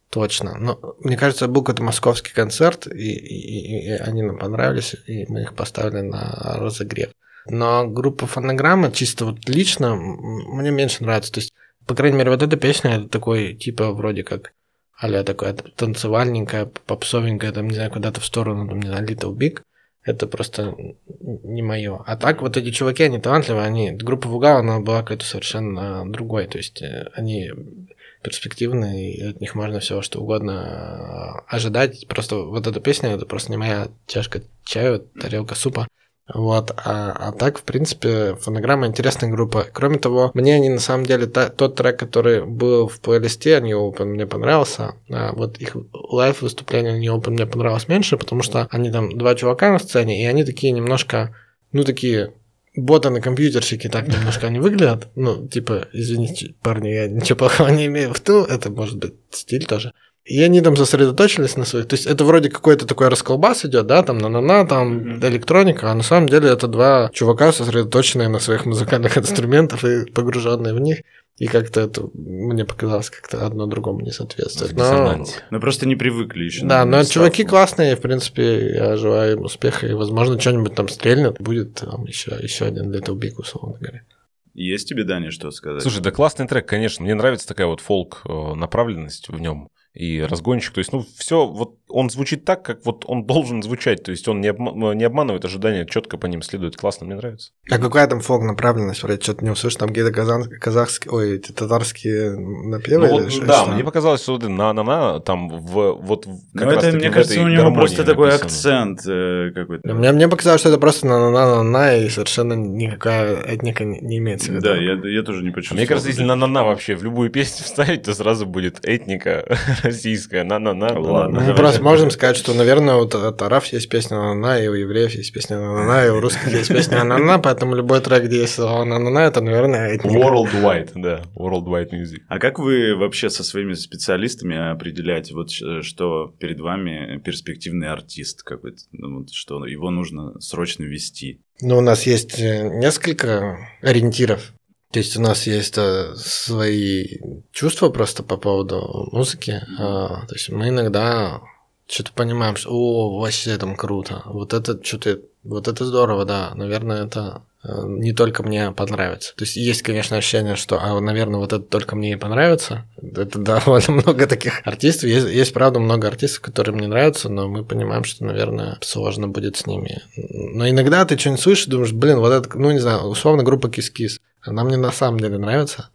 точно. Но мне кажется, был какой-то московский концерт, и, и, и они нам понравились, и мы их поставили на разогрев. Но группа «Фонограмма» чисто вот лично мне меньше нравится. То есть, по крайней мере, вот эта песня, это такой, типа, вроде как а-ля такая танцевальненькая, попсовенькая, там, не знаю, куда-то в сторону, там, не знаю, Little Big. Это просто не мое. А так вот эти чуваки, они талантливые, они... Группа Вугал, она была какой-то совершенно другой. То есть они перспективные, и от них можно все что угодно ожидать. Просто вот эта песня, это просто не моя чашка чая, тарелка супа. Вот, а, а так, в принципе, «Фонограмма» интересная группа. Кроме того, мне они, на самом деле, та, тот трек, который был в плейлисте New Open, мне понравился. А вот их лайв-выступление New Open мне понравилось меньше, потому что они там два чувака на сцене, и они такие немножко, ну, такие ботаны-компьютерщики, так немножко они выглядят. Ну, типа, извините, парни, я ничего плохого не имею в виду, это может быть стиль тоже. И они там сосредоточились на своих... То есть это вроде какой-то такой расколбас идет, да, там на-на-на, там mm-hmm. электроника, а на самом деле это два чувака, сосредоточенные на своих музыкальных инструментах и погруженные в них. И как-то это мне показалось как-то одно другому не соответствует. Но... Мы просто не привыкли еще. Да, но чуваки классные, в принципе, я желаю им успеха, и, возможно, что-нибудь там стрельнет, будет там еще, еще один Little Big, условно говоря. Есть тебе, Даня, что сказать? Слушай, да классный трек, конечно. Мне нравится такая вот фолк-направленность в нем. И разгончик, то есть, ну, все, вот он звучит так, как вот он должен звучать, то есть он не, обма- не обманывает ожидания, четко по ним следует, классно, мне нравится. А какая там фолк-направленность, вроде, что-то не услышишь, там какие-то казан- казахские, ой, эти татарские напевы? Ну, или вот, что, да, что? мне показалось, что на-на-на, там, в, вот как ну, раз это, таки мне в кажется, этой у него гармонии просто такой написано. акцент э, какой-то. Мне, мне показалось, что это просто на-на-на-на, и совершенно никакая этника не, не имеется в виду. Да, я, я тоже не почувствовал. Мне кажется, если на-на-на вообще в любую песню вставить, то сразу будет этника российская, на-на-на. Ладно. Мы просто можем сказать, что, наверное, у татаров есть песня «на-на-на», и у евреев есть песня «на-на-на», и у русских есть песня «на-на-на», поэтому любой трек, где есть слово «на-на-на», это, наверное, этника. Worldwide, да, worldwide music. А как вы вообще со своими специалистами определяете, вот, что перед вами перспективный артист какой-то, ну, вот, что его нужно срочно вести? Ну, у нас есть несколько ориентиров. То есть у нас есть э, свои чувства просто по поводу музыки. Mm-hmm. Э, то есть мы иногда что-то понимаем, что о, вообще там круто. Вот это что-то, вот это здорово, да. Наверное, это э, не только мне понравится. То есть есть, конечно, ощущение, что, а, наверное, вот это только мне и понравится. Это довольно много таких артистов. Есть, есть, правда, много артистов, которые мне нравятся, но мы понимаем, что, наверное, сложно будет с ними. Но иногда ты что-нибудь слышишь, думаешь, блин, вот это, ну, не знаю, условно, группа Kiss Kiss. Она мне на самом деле нравится,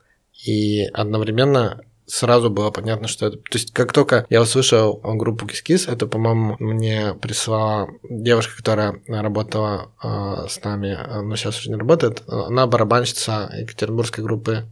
и одновременно сразу было понятно, что это... То есть, как только я услышал группу Kiss Kiss, это, по-моему, мне прислала девушка, которая работала э, с нами, но сейчас уже не работает, она барабанщица екатеринбургской группы.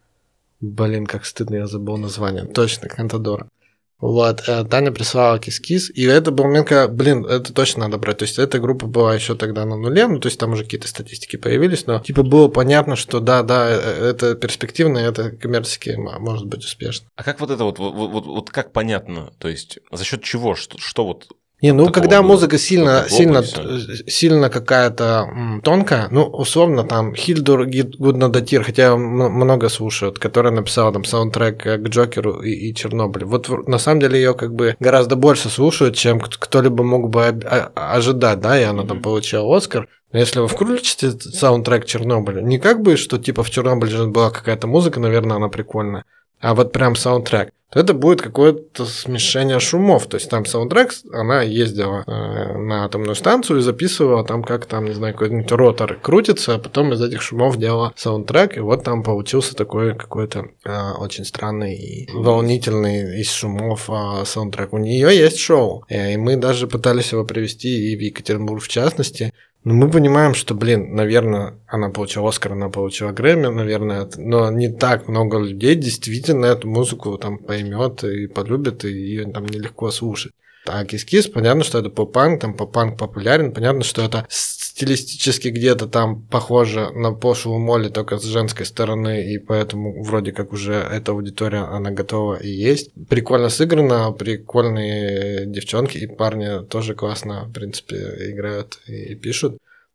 Блин, как стыдно, я забыл название. Точно, Кантадора. Вот, Таня прислала Kiss Kiss, и это был момент, когда, блин, это точно надо брать. То есть эта группа была еще тогда на нуле, ну, то есть там уже какие-то статистики появились, но типа было понятно, что да, да, это перспективно, это коммерчески может быть успешно. А как вот это вот, вот, вот, вот как понятно, то есть за счет чего, что, что вот... Не, ну когда было? музыка сильно, сильно, Глобус, сильно какая-то м, тонкая, ну, условно, там, Хильдур Гуднадатир, хотя я много слушаю, которая написала там саундтрек к Джокеру и, и Чернобылю. Вот на самом деле ее как бы гораздо больше слушают, чем кто-либо мог бы ожидать, да, и она там получила Оскар. Но если вы включите саундтрек Чернобыля, не как бы, что типа в Чернобыле же была какая-то музыка, наверное, она прикольная, а вот прям саундтрек, то это будет какое-то смешение шумов. То есть там саундтрек, она ездила э, на атомную станцию и записывала там, как там, не знаю, какой-нибудь ротор крутится, а потом из этих шумов делала саундтрек, и вот там получился такой какой-то э, очень странный и волнительный из шумов э, саундтрек. У нее есть шоу, и мы даже пытались его привести и в Екатеринбург в частности. Но мы понимаем, что, блин, наверное, она получила Оскар, она получила Грэмми, наверное, но не так много людей действительно эту музыку там поймет и полюбит, и ее там нелегко слушать. А Kiss Kiss, понятно, что это поп-панк, там поп-панк популярен, понятно, что это стилистически где-то там похоже на пошлую Молли, только с женской стороны, и поэтому вроде как уже эта аудитория, она готова и есть. Прикольно сыграно, прикольные девчонки и парни тоже классно, в принципе, играют и пишут.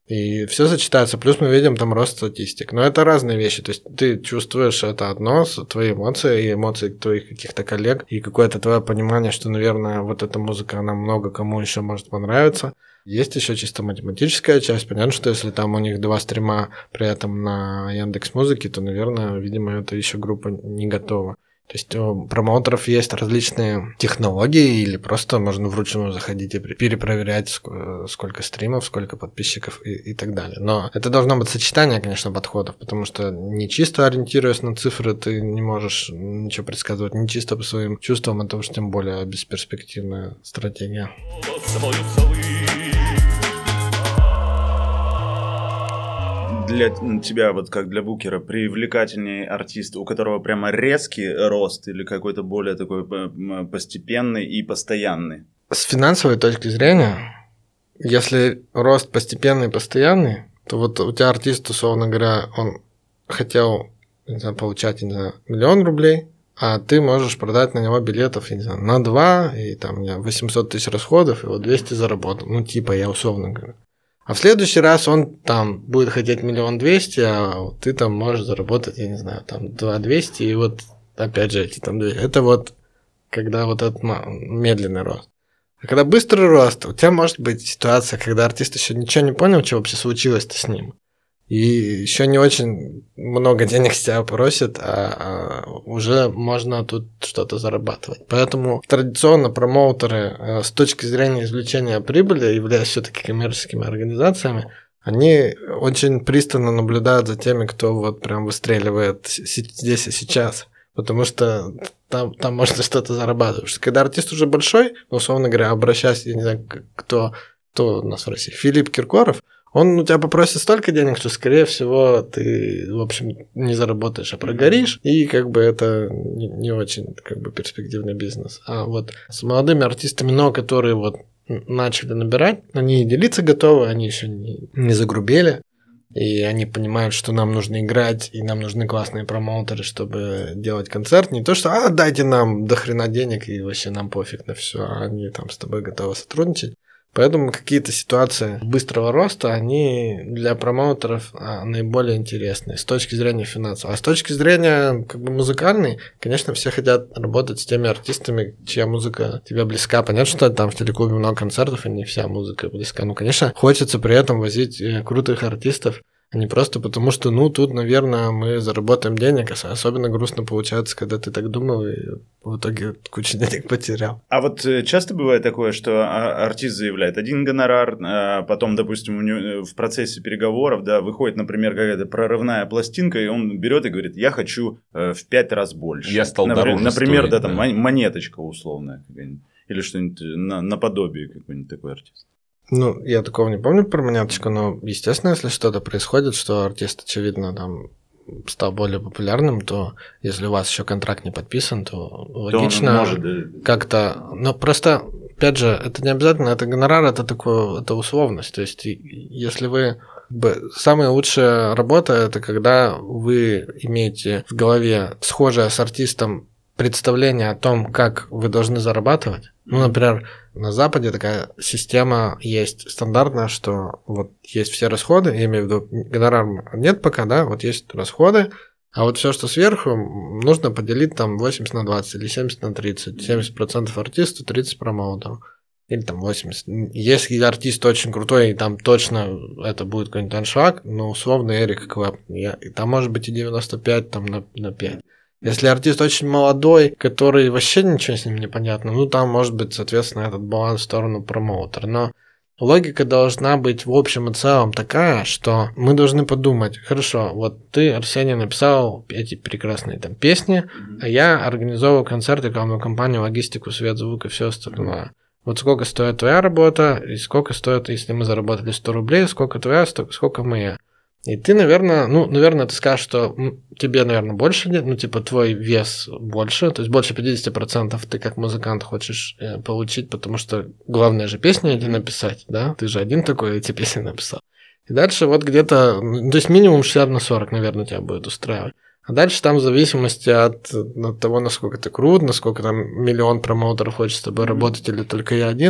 И все сочетается, плюс мы видим там рост статистик. Но это разные вещи, то есть ты чувствуешь это одно, твои эмоции и эмоции твоих каких-то коллег, и какое-то твое понимание, что, наверное, вот эта музыка, она много кому еще может понравиться. Есть еще чисто математическая часть. Понятно, что если там у них два стрима при этом на Яндекс.Музыке, то, наверное, видимо, это еще группа не готова. То есть у промоутеров есть различные технологии, или просто можно вручную заходить и перепроверять, сколько стримов, сколько подписчиков и, и так далее. Но это должно быть сочетание, конечно, подходов, потому что не чисто ориентируясь на цифры, ты не можешь ничего предсказывать, не чисто по своим чувствам, это уж тем более бесперспективная стратегия. Для тебя, вот как для букера, привлекательнее артист, у которого прямо резкий рост или какой-то более такой постепенный и постоянный? С финансовой точки зрения, если рост постепенный и постоянный, то вот у тебя артист, условно говоря, он хотел, не знаю, получать, не знаю, миллион рублей, а ты можешь продать на него билетов, я не знаю, на два, и там у меня восемьсот тысяч расходов, и вот двести заработал. Ну, типа, я условно говорю. А в следующий раз он там будет хотеть миллион двести, а ты там можешь заработать, я не знаю, там два двести, и вот опять же эти там двести. Это вот когда вот этот медленный рост. А когда быстрый рост, у тебя может быть ситуация, когда артист еще ничего не понял, что вообще случилось-то с ним. И еще не очень много денег с тебя просят, а, а уже можно тут что-то зарабатывать. Поэтому традиционно промоутеры с точки зрения извлечения прибыли, являясь все-таки коммерческими организациями, они очень пристально наблюдают за теми, кто вот прям выстреливает здесь и сейчас. Потому что там, там можно что-то зарабатывать. Потому что когда артист уже большой, ну, условно говоря, обращаясь, я не знаю, кто, кто у нас в России, Филипп Киркоров, он у тебя попросит столько денег, что, скорее всего, ты, в общем, не заработаешь, а прогоришь, и как бы это не, не очень как бы перспективный бизнес. А вот с молодыми артистами, но которые вот начали набирать, они делиться готовы, они еще не, не загрубели, и они понимают, что нам нужно играть, и нам нужны классные промоутеры, чтобы делать концерт. Не то, что «а, дайте нам до хрена денег, и вообще нам пофиг на все», а они там с тобой готовы сотрудничать. Поэтому какие-то ситуации быстрого роста, они для промоутеров наиболее интересны с точки зрения финансов. А с точки зрения как бы музыкальной, конечно, все хотят работать с теми артистами, чья музыка тебе близка. Понятно, что там в телеклубе много концертов, и не вся музыка близка. Но, конечно, хочется при этом возить крутых артистов, а не просто потому, что, ну, тут, наверное, мы заработаем денег. Особенно грустно получается, когда ты так думал и в итоге кучу денег потерял. А вот часто бывает такое, что артист заявляет один гонорар, а потом, допустим, у него в процессе переговоров, да, выходит, например, какая-то прорывная пластинка, и он берет и говорит: я хочу в пять раз больше. Я стал например, дороже Например, стоить, да, там да. монеточка условная какая-нибудь. Или что-нибудь на, наподобие какой-нибудь такой артист. Ну, я такого не помню про монеточку, но, естественно, если что-то происходит, что артист, очевидно, там стал более популярным, то если у вас еще контракт не подписан, то логично то может, да. как-то... Но просто, опять же, это не обязательно, это гонорар, это такое, это условность. То есть, если вы... Самая лучшая работа – это когда вы имеете в голове схожее с артистом представление о том, как вы должны зарабатывать. Ну, например, на Западе такая система есть стандартная, что вот есть все расходы, я имею в виду, гонорар нет пока, да, вот есть расходы, а вот все, что сверху, нужно поделить там восемьдесят на двадцать или семьдесят на тридцать. семьдесят процентов артисту, тридцать промоутеру. Или там восемьдесят. Если артист очень крутой, и там точно это будет какой-нибудь аншлаг, ну, условно, Эрик Клэп. И там может быть и девяносто пять там, на, на пять. Если артист очень молодой, который вообще ничего с ним не понятно, ну, там может быть, соответственно, этот баланс в сторону промоутера. Но логика должна быть в общем и целом такая, что мы должны подумать: хорошо, вот ты, Арсений, написал эти прекрасные там песни, mm-hmm. а я организовываю концерт, рекламную кампанию, логистику, свет, звук и все остальное. Mm-hmm. Вот сколько стоит твоя работа, и сколько стоит, если мы заработали сто рублей, сколько твоя, сколько моя. И ты, наверное, ну, наверное, ты скажешь, что тебе, наверное, больше, ну, типа, твой вес больше, то есть больше пятьдесят процентов ты как музыкант хочешь э, получить, потому что главное же песни эти написать, да, ты же один такой эти песни написал. И дальше вот где-то, ну, то есть минимум шестьдесят на сорок, наверное, тебя будет устраивать. А дальше там в зависимости от, от того, насколько ты крут, насколько там миллион промоутеров хочет с тобой работать или только я один,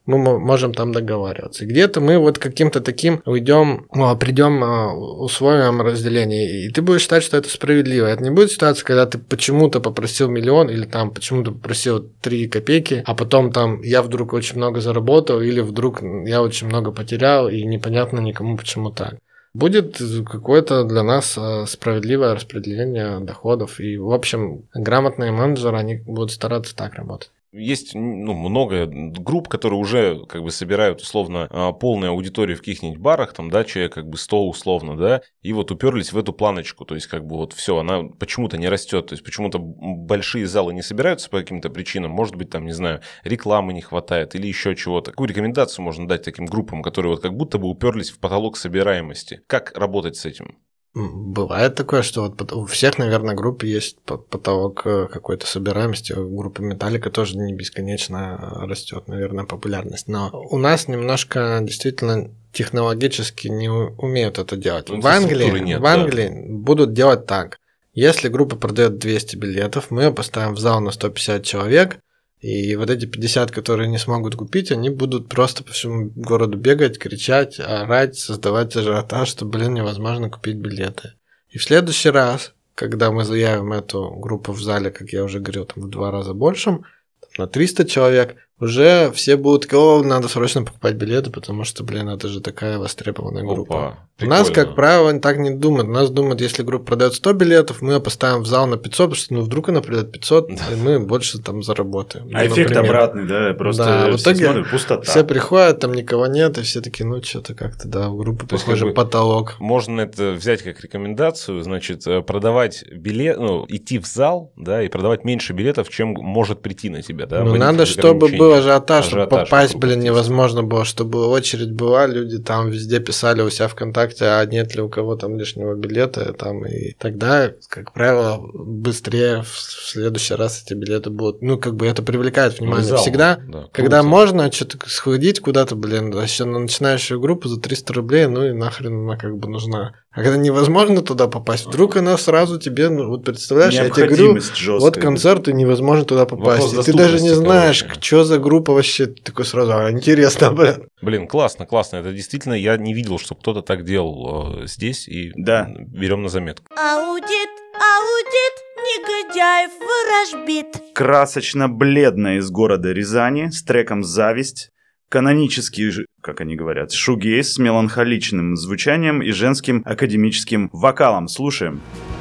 мы можем там договариваться. Где-то мы вот каким-то таким уйдем, придем условиям разделения, и ты будешь считать, что это справедливо. Это не будет ситуация, когда ты почему-то попросил миллион или там почему-то попросил три копейки, а потом там я вдруг очень много заработал или вдруг я очень много потерял, и непонятно никому, почему так. Будет какое-то для нас справедливое распределение доходов, и, в общем, грамотные менеджеры, они будут стараться так работать. Есть ну, много групп, которые уже как бы собирают условно полную аудиторию в каких-нибудь барах, там, да, человек как бы сто условно, да, и вот уперлись в эту планочку, то есть как бы вот все, она почему-то не растет, то есть почему-то большие залы не собираются по каким-то причинам, может быть, там, не знаю, рекламы не хватает или еще чего-то. Какую рекомендацию можно дать таким группам, которые вот как будто бы уперлись в потолок собираемости? Как работать с этим? Бывает такое, что вот у всех, наверное, групп есть потолок какой-то собираемости. У группы Металлика тоже не бесконечно растет, наверное, популярность. Но у нас немножко действительно технологически не умеют это делать. В Англии, нет, в Англии да. будут делать так. Если группа продает двести билетов, мы ее поставим в зал на сто пятьдесят человек, и вот эти пятьдесят, которые не смогут купить, они будут просто по всему городу бегать, кричать, орать, создавать ажиотаж, что, блин, невозможно купить билеты. И в следующий раз, когда мы заявим эту группу в зале, как я уже говорил, там в два раза большим, на триста человек, уже все будут, о, надо срочно покупать билеты, потому что, блин, это же такая востребованная группа. Опа, у нас, как правило, так не думают. У нас думают, если группа продает сто билетов, мы ее поставим в зал на пятьсот, потому что ну, вдруг она продает пятьсот, и мы больше там заработаем. А ну, эффект например. обратный, да? Просто да, в итоге смотрят, пустота. Все приходят, там никого нет, и все такие, ну, что-то как-то, да, у группы, похоже, потолок. Можно это взять как рекомендацию, значит, продавать билет, ну, идти в зал, да, и продавать меньше билетов, чем может прийти на тебя, да? Ну, надо, чтобы был ажиотаж, чтобы попасть, блин, невозможно было, чтобы очередь была, люди там везде писали у себя ВКонтакте, а нет ли у кого там лишнего билета, там, и тогда, как правило, быстрее в следующий раз эти билеты будут, ну, как бы это привлекает внимание. Ну, всегда, да, когда можно что-то сходить куда-то, блин, вообще на начинающую группу за триста рублей, ну и нахрен она как бы нужна. А когда невозможно туда попасть, вдруг она сразу тебе, ну, вот представляешь, я тебе говорю, жесткая, вот концерт, и невозможно туда попасть. И ты даже не знаешь, короче. Что за группа вообще, ты такой сразу, а, интересно, блин. Блин, классно, классно. Это действительно, я не видел, чтобы кто-то так делал э, здесь, и да. берем на заметку. Аудит, аудит, негодяев ворожбит. Красочно-бледная из города Рязани с треком «Зависть». Канонический, как они говорят, шугейс с меланхоличным звучанием и женским академическим вокалом. Слушаем.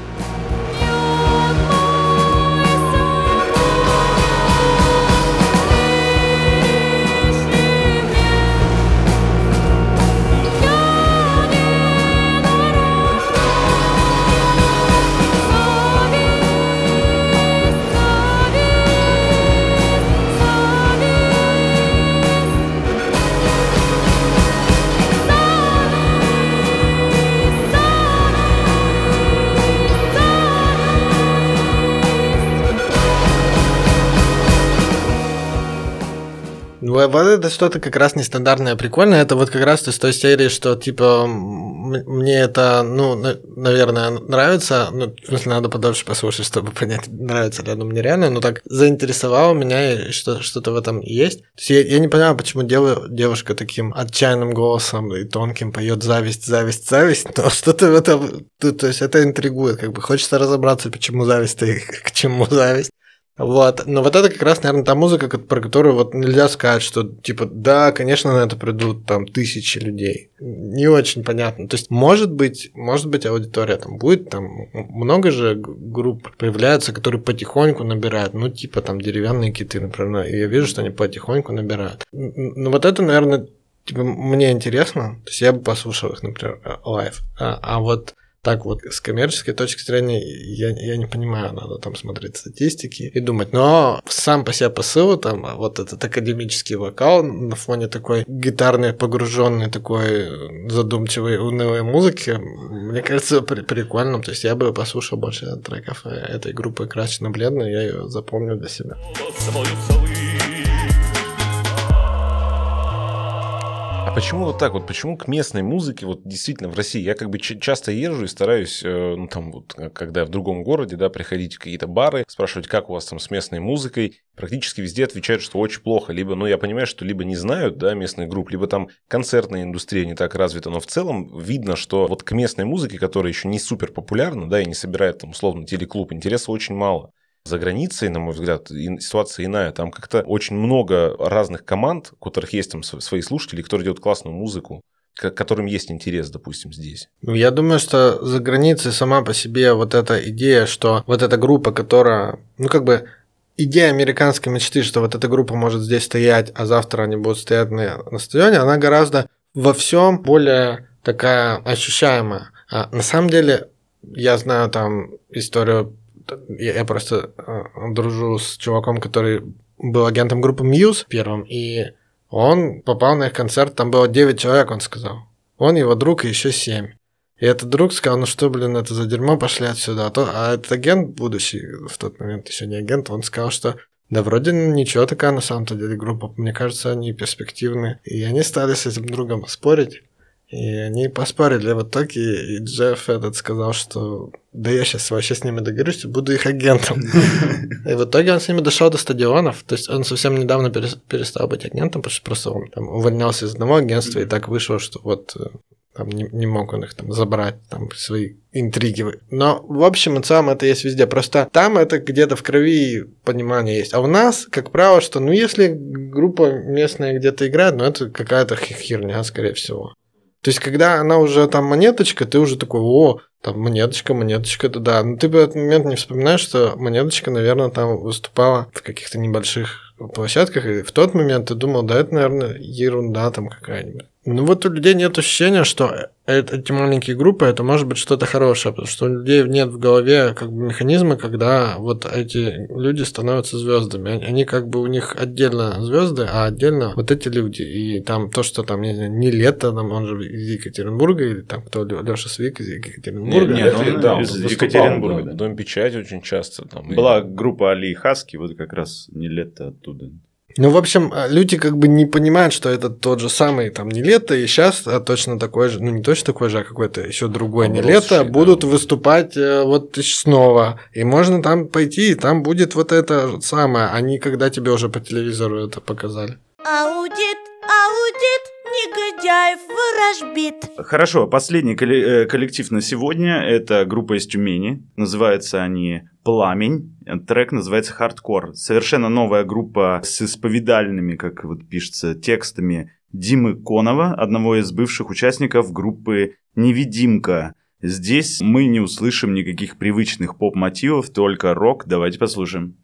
Вот это что-то как раз нестандартное, прикольное. Это вот как раз из той серии, что типа мне это, ну, наверное, нравится. Ну, в смысле, надо подольше послушать, чтобы понять, нравится ли оно мне реально. Но так заинтересовало меня, и что, что-то в этом есть. То есть я, я не понимаю, почему дев, девушка таким отчаянным голосом и тонким поет зависть, зависть, зависть. Но что-то в этом, то есть это интригует. Как бы хочется разобраться, почему зависть-то и к чему зависть. Вот, но вот это как раз, наверное, та музыка, про которую вот нельзя сказать, что, типа, да, конечно, на это придут там тысячи людей. Не очень понятно. То есть, может быть, может быть, аудитория там будет, там много же групп появляются, которые потихоньку набирают, ну, типа, там, деревянные киты, например, и я вижу, что они потихоньку набирают. Ну, вот это, наверное, типа, мне интересно, то есть, я бы послушал их, например, лайв, а, а вот... Так вот, с коммерческой точки зрения, я, я не понимаю, надо там смотреть статистики и думать. Но сам по себе посыл, там, вот этот академический вокал на фоне такой гитарной, погруженной, такой задумчивой, унылой музыки, мне кажется, при- прикольным. То есть я бы послушал больше треков этой группы «Красочно-бледной», я ее запомню для себя. А почему вот так вот? Почему к местной музыке, вот действительно в России, я как бы ч- часто езжу и стараюсь, э, ну там вот, когда я в другом городе, да, приходить в какие-то бары, спрашивать, как у вас там с местной музыкой, практически везде отвечают, что очень плохо, либо, ну я понимаю, что либо не знают, да, местных групп, либо там концертная индустрия не так развита, но в целом видно, что вот к местной музыке, которая еще не супер популярна, да, и не собирает там условно телеклуб, интереса очень мало. За границей, на мой взгляд, ситуация иная. Там как-то очень много разных команд, у которых есть там свои слушатели, которые делают классную музыку, к которым есть интерес, допустим, здесь. Ну, я думаю, что за границей сама по себе вот эта идея, что вот эта группа, которая, ну, как бы идея американской мечты, что вот эта группа может здесь стоять, а завтра они будут стоять на, на стадионе, она гораздо во всем более такая ощущаемая. А на самом деле, я знаю там историю. Я просто э, дружу с чуваком, который был агентом группы Muse первым, и он попал на их концерт, там было девять человек, он сказал. Он, его друг и еще семь. И этот друг сказал, ну что, блин, это за дерьмо, пошли отсюда. А, то, а этот агент, будущий в тот момент еще не агент, он сказал, что да вроде ничего такая на самом-то деле группа, мне кажется, они перспективные. И они стали с этим другом спорить. И они поспорили в итоге, и Джефф этот сказал, что да я сейчас вообще с ними договорюсь, буду их агентом. И в итоге он с ними дошел до стадионов, то есть он совсем недавно перестал быть агентом, потому что просто он там увольнялся из одного агентства, и так вышло, что вот там не, не мог он их там забрать, там свои интриги. Но в общем и целом это есть везде, просто там это где-то в крови понимание есть. А у нас, как правило, что ну если группа местная где-то играет, ну это какая-то херня, скорее всего. То есть, когда она уже там монеточка, ты уже такой, о, там монеточка, монеточка, да, да. Но ты в этот момент не вспоминаешь, что монеточка, наверное, там выступала в каких-то небольших площадках, и в тот момент ты думал, да, это, наверное, ерунда там какая-нибудь. Ну вот у людей нет ощущения, что эти маленькие группы, это может быть что-то хорошее, потому что у людей нет в голове как бы механизма, когда вот эти люди становятся звездами. Они как бы у них отдельно звезды, а отдельно вот эти люди. И там то, что там, не знаю, не лето, там он же из Екатеринбурга, или там кто, Лёша Свик из Екатеринбурга. Нет, нет, он да, из выступал, Екатеринбурга. Да, в Доме печати очень часто. Там, Была и... группа Али и Хаски, вот как раз не лето оттуда. Ну, в общем, люди как бы не понимают, что это тот же самый там не лето, и сейчас а точно такой же, ну не точно такой же, а какой-то еще другой не лето, да. будут выступать э, вот снова. И можно там пойти, и там будет вот это самое, а не когда тебе уже по телевизору это показали. Аудит, аудит, негодяев ворожбит. Хорошо, последний коллектив на сегодня – это группа из Тюмени. Называются они «Пламень». Трек называется «Хардкор». Совершенно новая группа с исповедальными, как вот пишется, текстами Димы Конова, одного из бывших участников группы «Невидимка». Здесь мы не услышим никаких привычных поп-мотивов, только рок. Давайте послушаем.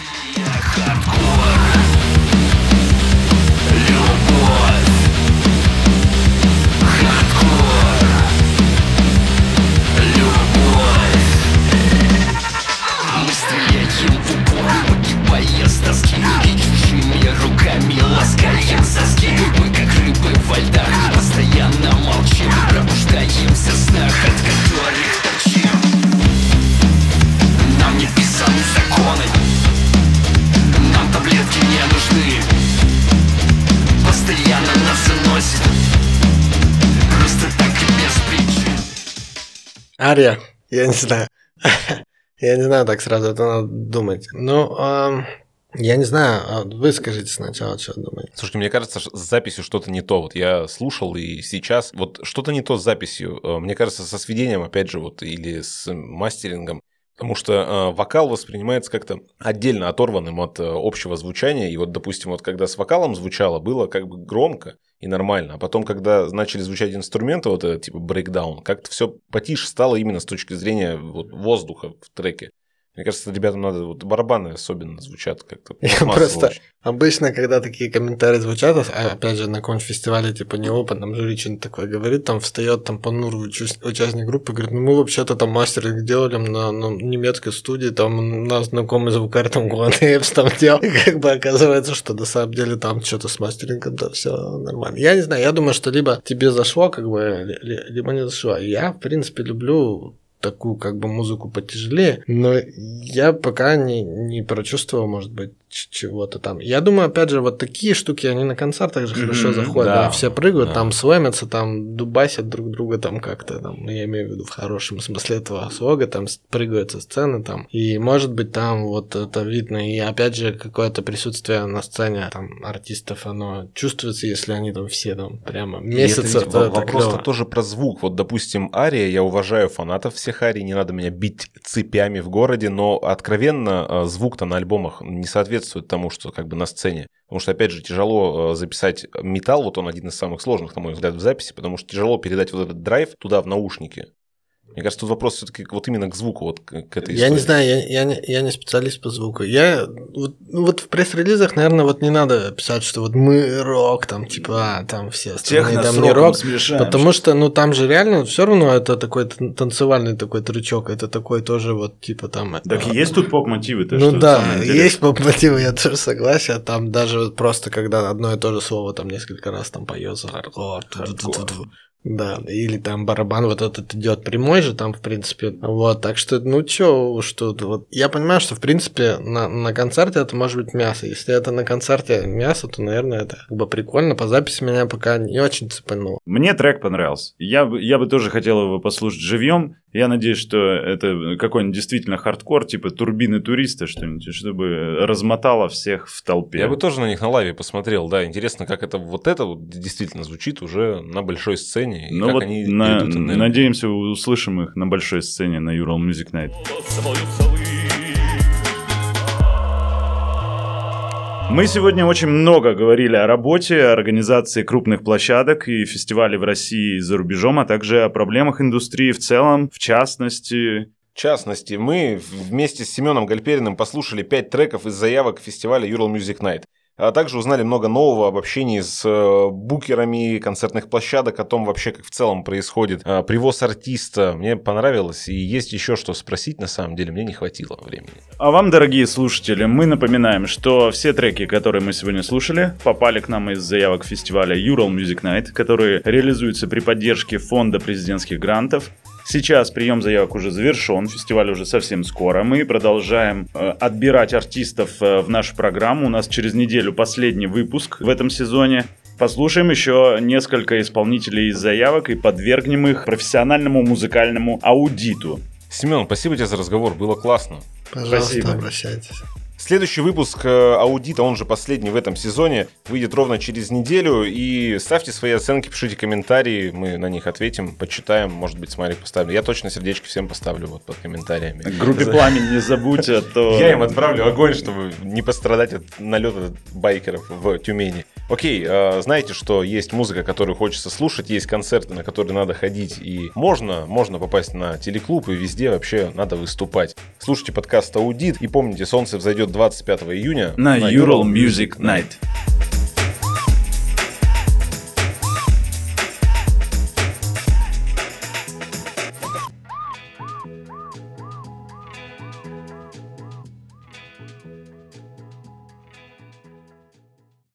Ария, я не знаю. Я не знаю, так сразу это надо думать. Ну, эм, я не знаю, вы скажите сначала, что думаете. Слушайте, мне кажется, с записью что-то не то. Вот я слушал, и сейчас вот что-то не то с записью. Мне кажется, со сведением, опять же, вот или с мастерингом. Потому что э, вокал воспринимается как-то отдельно оторванным от э, общего звучания. И вот, допустим, вот когда с вокалом звучало, было как бы громко и нормально. А потом, когда начали звучать инструменты, вот это типа брейкдаун, как-то все потише стало именно с точки зрения вот, воздуха в треке. Мне кажется, ребятам надо, вот барабаны особенно звучат как-то. Просто очень. Обычно, когда такие комментарии звучат, а опять же, на каком-нибудь фестивале, типа, неопытном жюри что-нибудь такое говорит, там встает там понур участник группы, говорит, ну мы вообще-то там мастеринг делали на, на немецкой студии, там у нас знакомый звукарь там Гуанеевс там делал, и как бы оказывается, что на самом деле там что-то с мастерингом, да, все нормально. Я не знаю, я думаю, что либо тебе зашло, как бы, либо не зашло. Я, в принципе, люблю такую как бы музыку потяжелее, но я пока не, не прочувствовал, может быть, чего-то там. Я думаю, опять же, вот такие штуки, они на концертах же хорошо mm-hmm, заходят, да, да, все прыгают, да. там слэмятся, там дубасят друг друга, там как-то, там, я имею в виду в хорошем смысле этого слога, там прыгают со сцены, там, и может быть там вот это видно, и опять же какое-то присутствие на сцене там артистов, оно чувствуется, если они там все там прямо месяца. Это, это вопрос-то тоже про звук. Вот, допустим, Ария, я уважаю фанатов всех Арий, не надо меня бить цепями в городе, но откровенно звук-то на альбомах не соответствует тому, что как бы на сцене. Потому что, опять же, тяжело записать металл, вот он один из самых сложных, на мой взгляд, в записи, потому что тяжело передать вот этот драйв туда, в наушники. Мне кажется, тут вопрос все-таки вот именно к звуку, вот к этой истории. Я не знаю, я, я, не, я не специалист по звуку. Я вот, ну, вот в пресс-релизах, наверное, вот не надо писать, что вот мы рок, там, типа, а, там все остальные там не рок. Смешаем. Потому что, ну, там же реально все равно это такой танцевальный такой трючок, это такой тоже вот, типа, там... Так и есть тут поп-мотивы-то, ну, что да, есть поп-мотивы, я тоже согласен. Там даже просто, когда одно и то же слово там несколько раз там поётся, хардкор, да, или там барабан вот этот идет прямой же там, в принципе, вот, так что, ну, чё, что вот, я понимаю, что, в принципе, на, на концерте это может быть мясо, если это на концерте мясо, то, наверное, это как бы прикольно, по записи меня пока не очень цепануло. Мне трек понравился, я, я бы тоже хотел его послушать живьем. Я надеюсь, что это какой-нибудь действительно хардкор, типа «Турбины туриста», что-нибудь, чтобы размотало всех в толпе. Я бы тоже на них на лайве посмотрел, да. Интересно, как это вот это вот действительно звучит уже на большой сцене. И ну как вот они на, надеемся, услышим их на большой сцене на Ural Music Night. Мы сегодня очень много говорили о работе, о организации крупных площадок и фестивалей в России и за рубежом, а также о проблемах индустрии в целом, в частности. В частности, мы вместе с Семеном Гальпериным послушали пять треков из заявок фестиваля Ural Music Night. А также узнали много нового об общении с букерами концертных площадок, о том вообще, как в целом происходит привоз артиста. Мне понравилось, и есть еще что спросить, на самом деле, мне не хватило времени. А вам, дорогие слушатели, мы напоминаем, что все треки, которые мы сегодня слушали, попали к нам из заявок фестиваля Ural Music Night, который реализуется при поддержке фонда президентских грантов. Сейчас прием заявок уже завершен, фестиваль уже совсем скоро. Мы продолжаем э, отбирать артистов э, в нашу программу. У нас через неделю последний выпуск в этом сезоне. Послушаем еще несколько исполнителей из заявок и подвергнем их профессиональному музыкальному аудиту. Семен, спасибо тебе за разговор, было классно. Пожалуйста, спасибо. Обращайтесь. Следующий выпуск аудита, он же последний в этом сезоне, выйдет ровно через неделю. И ставьте свои оценки, пишите комментарии, мы на них ответим, почитаем, может быть, смайлик поставлю. Я точно сердечки всем поставлю вот под комментариями. В группе «Пламень» не забудь, а то... Я им отправлю огонь, чтобы не пострадать от налета байкеров в Тюмени. Окей, знаете, что есть музыка, которую хочется слушать, есть концерты, на которые надо ходить, и можно, можно попасть на телеклуб, и везде вообще надо выступать. Слушайте подкаст «Аудит», и помните, солнце взойдет двадцать пятого июня на Ural Music Night.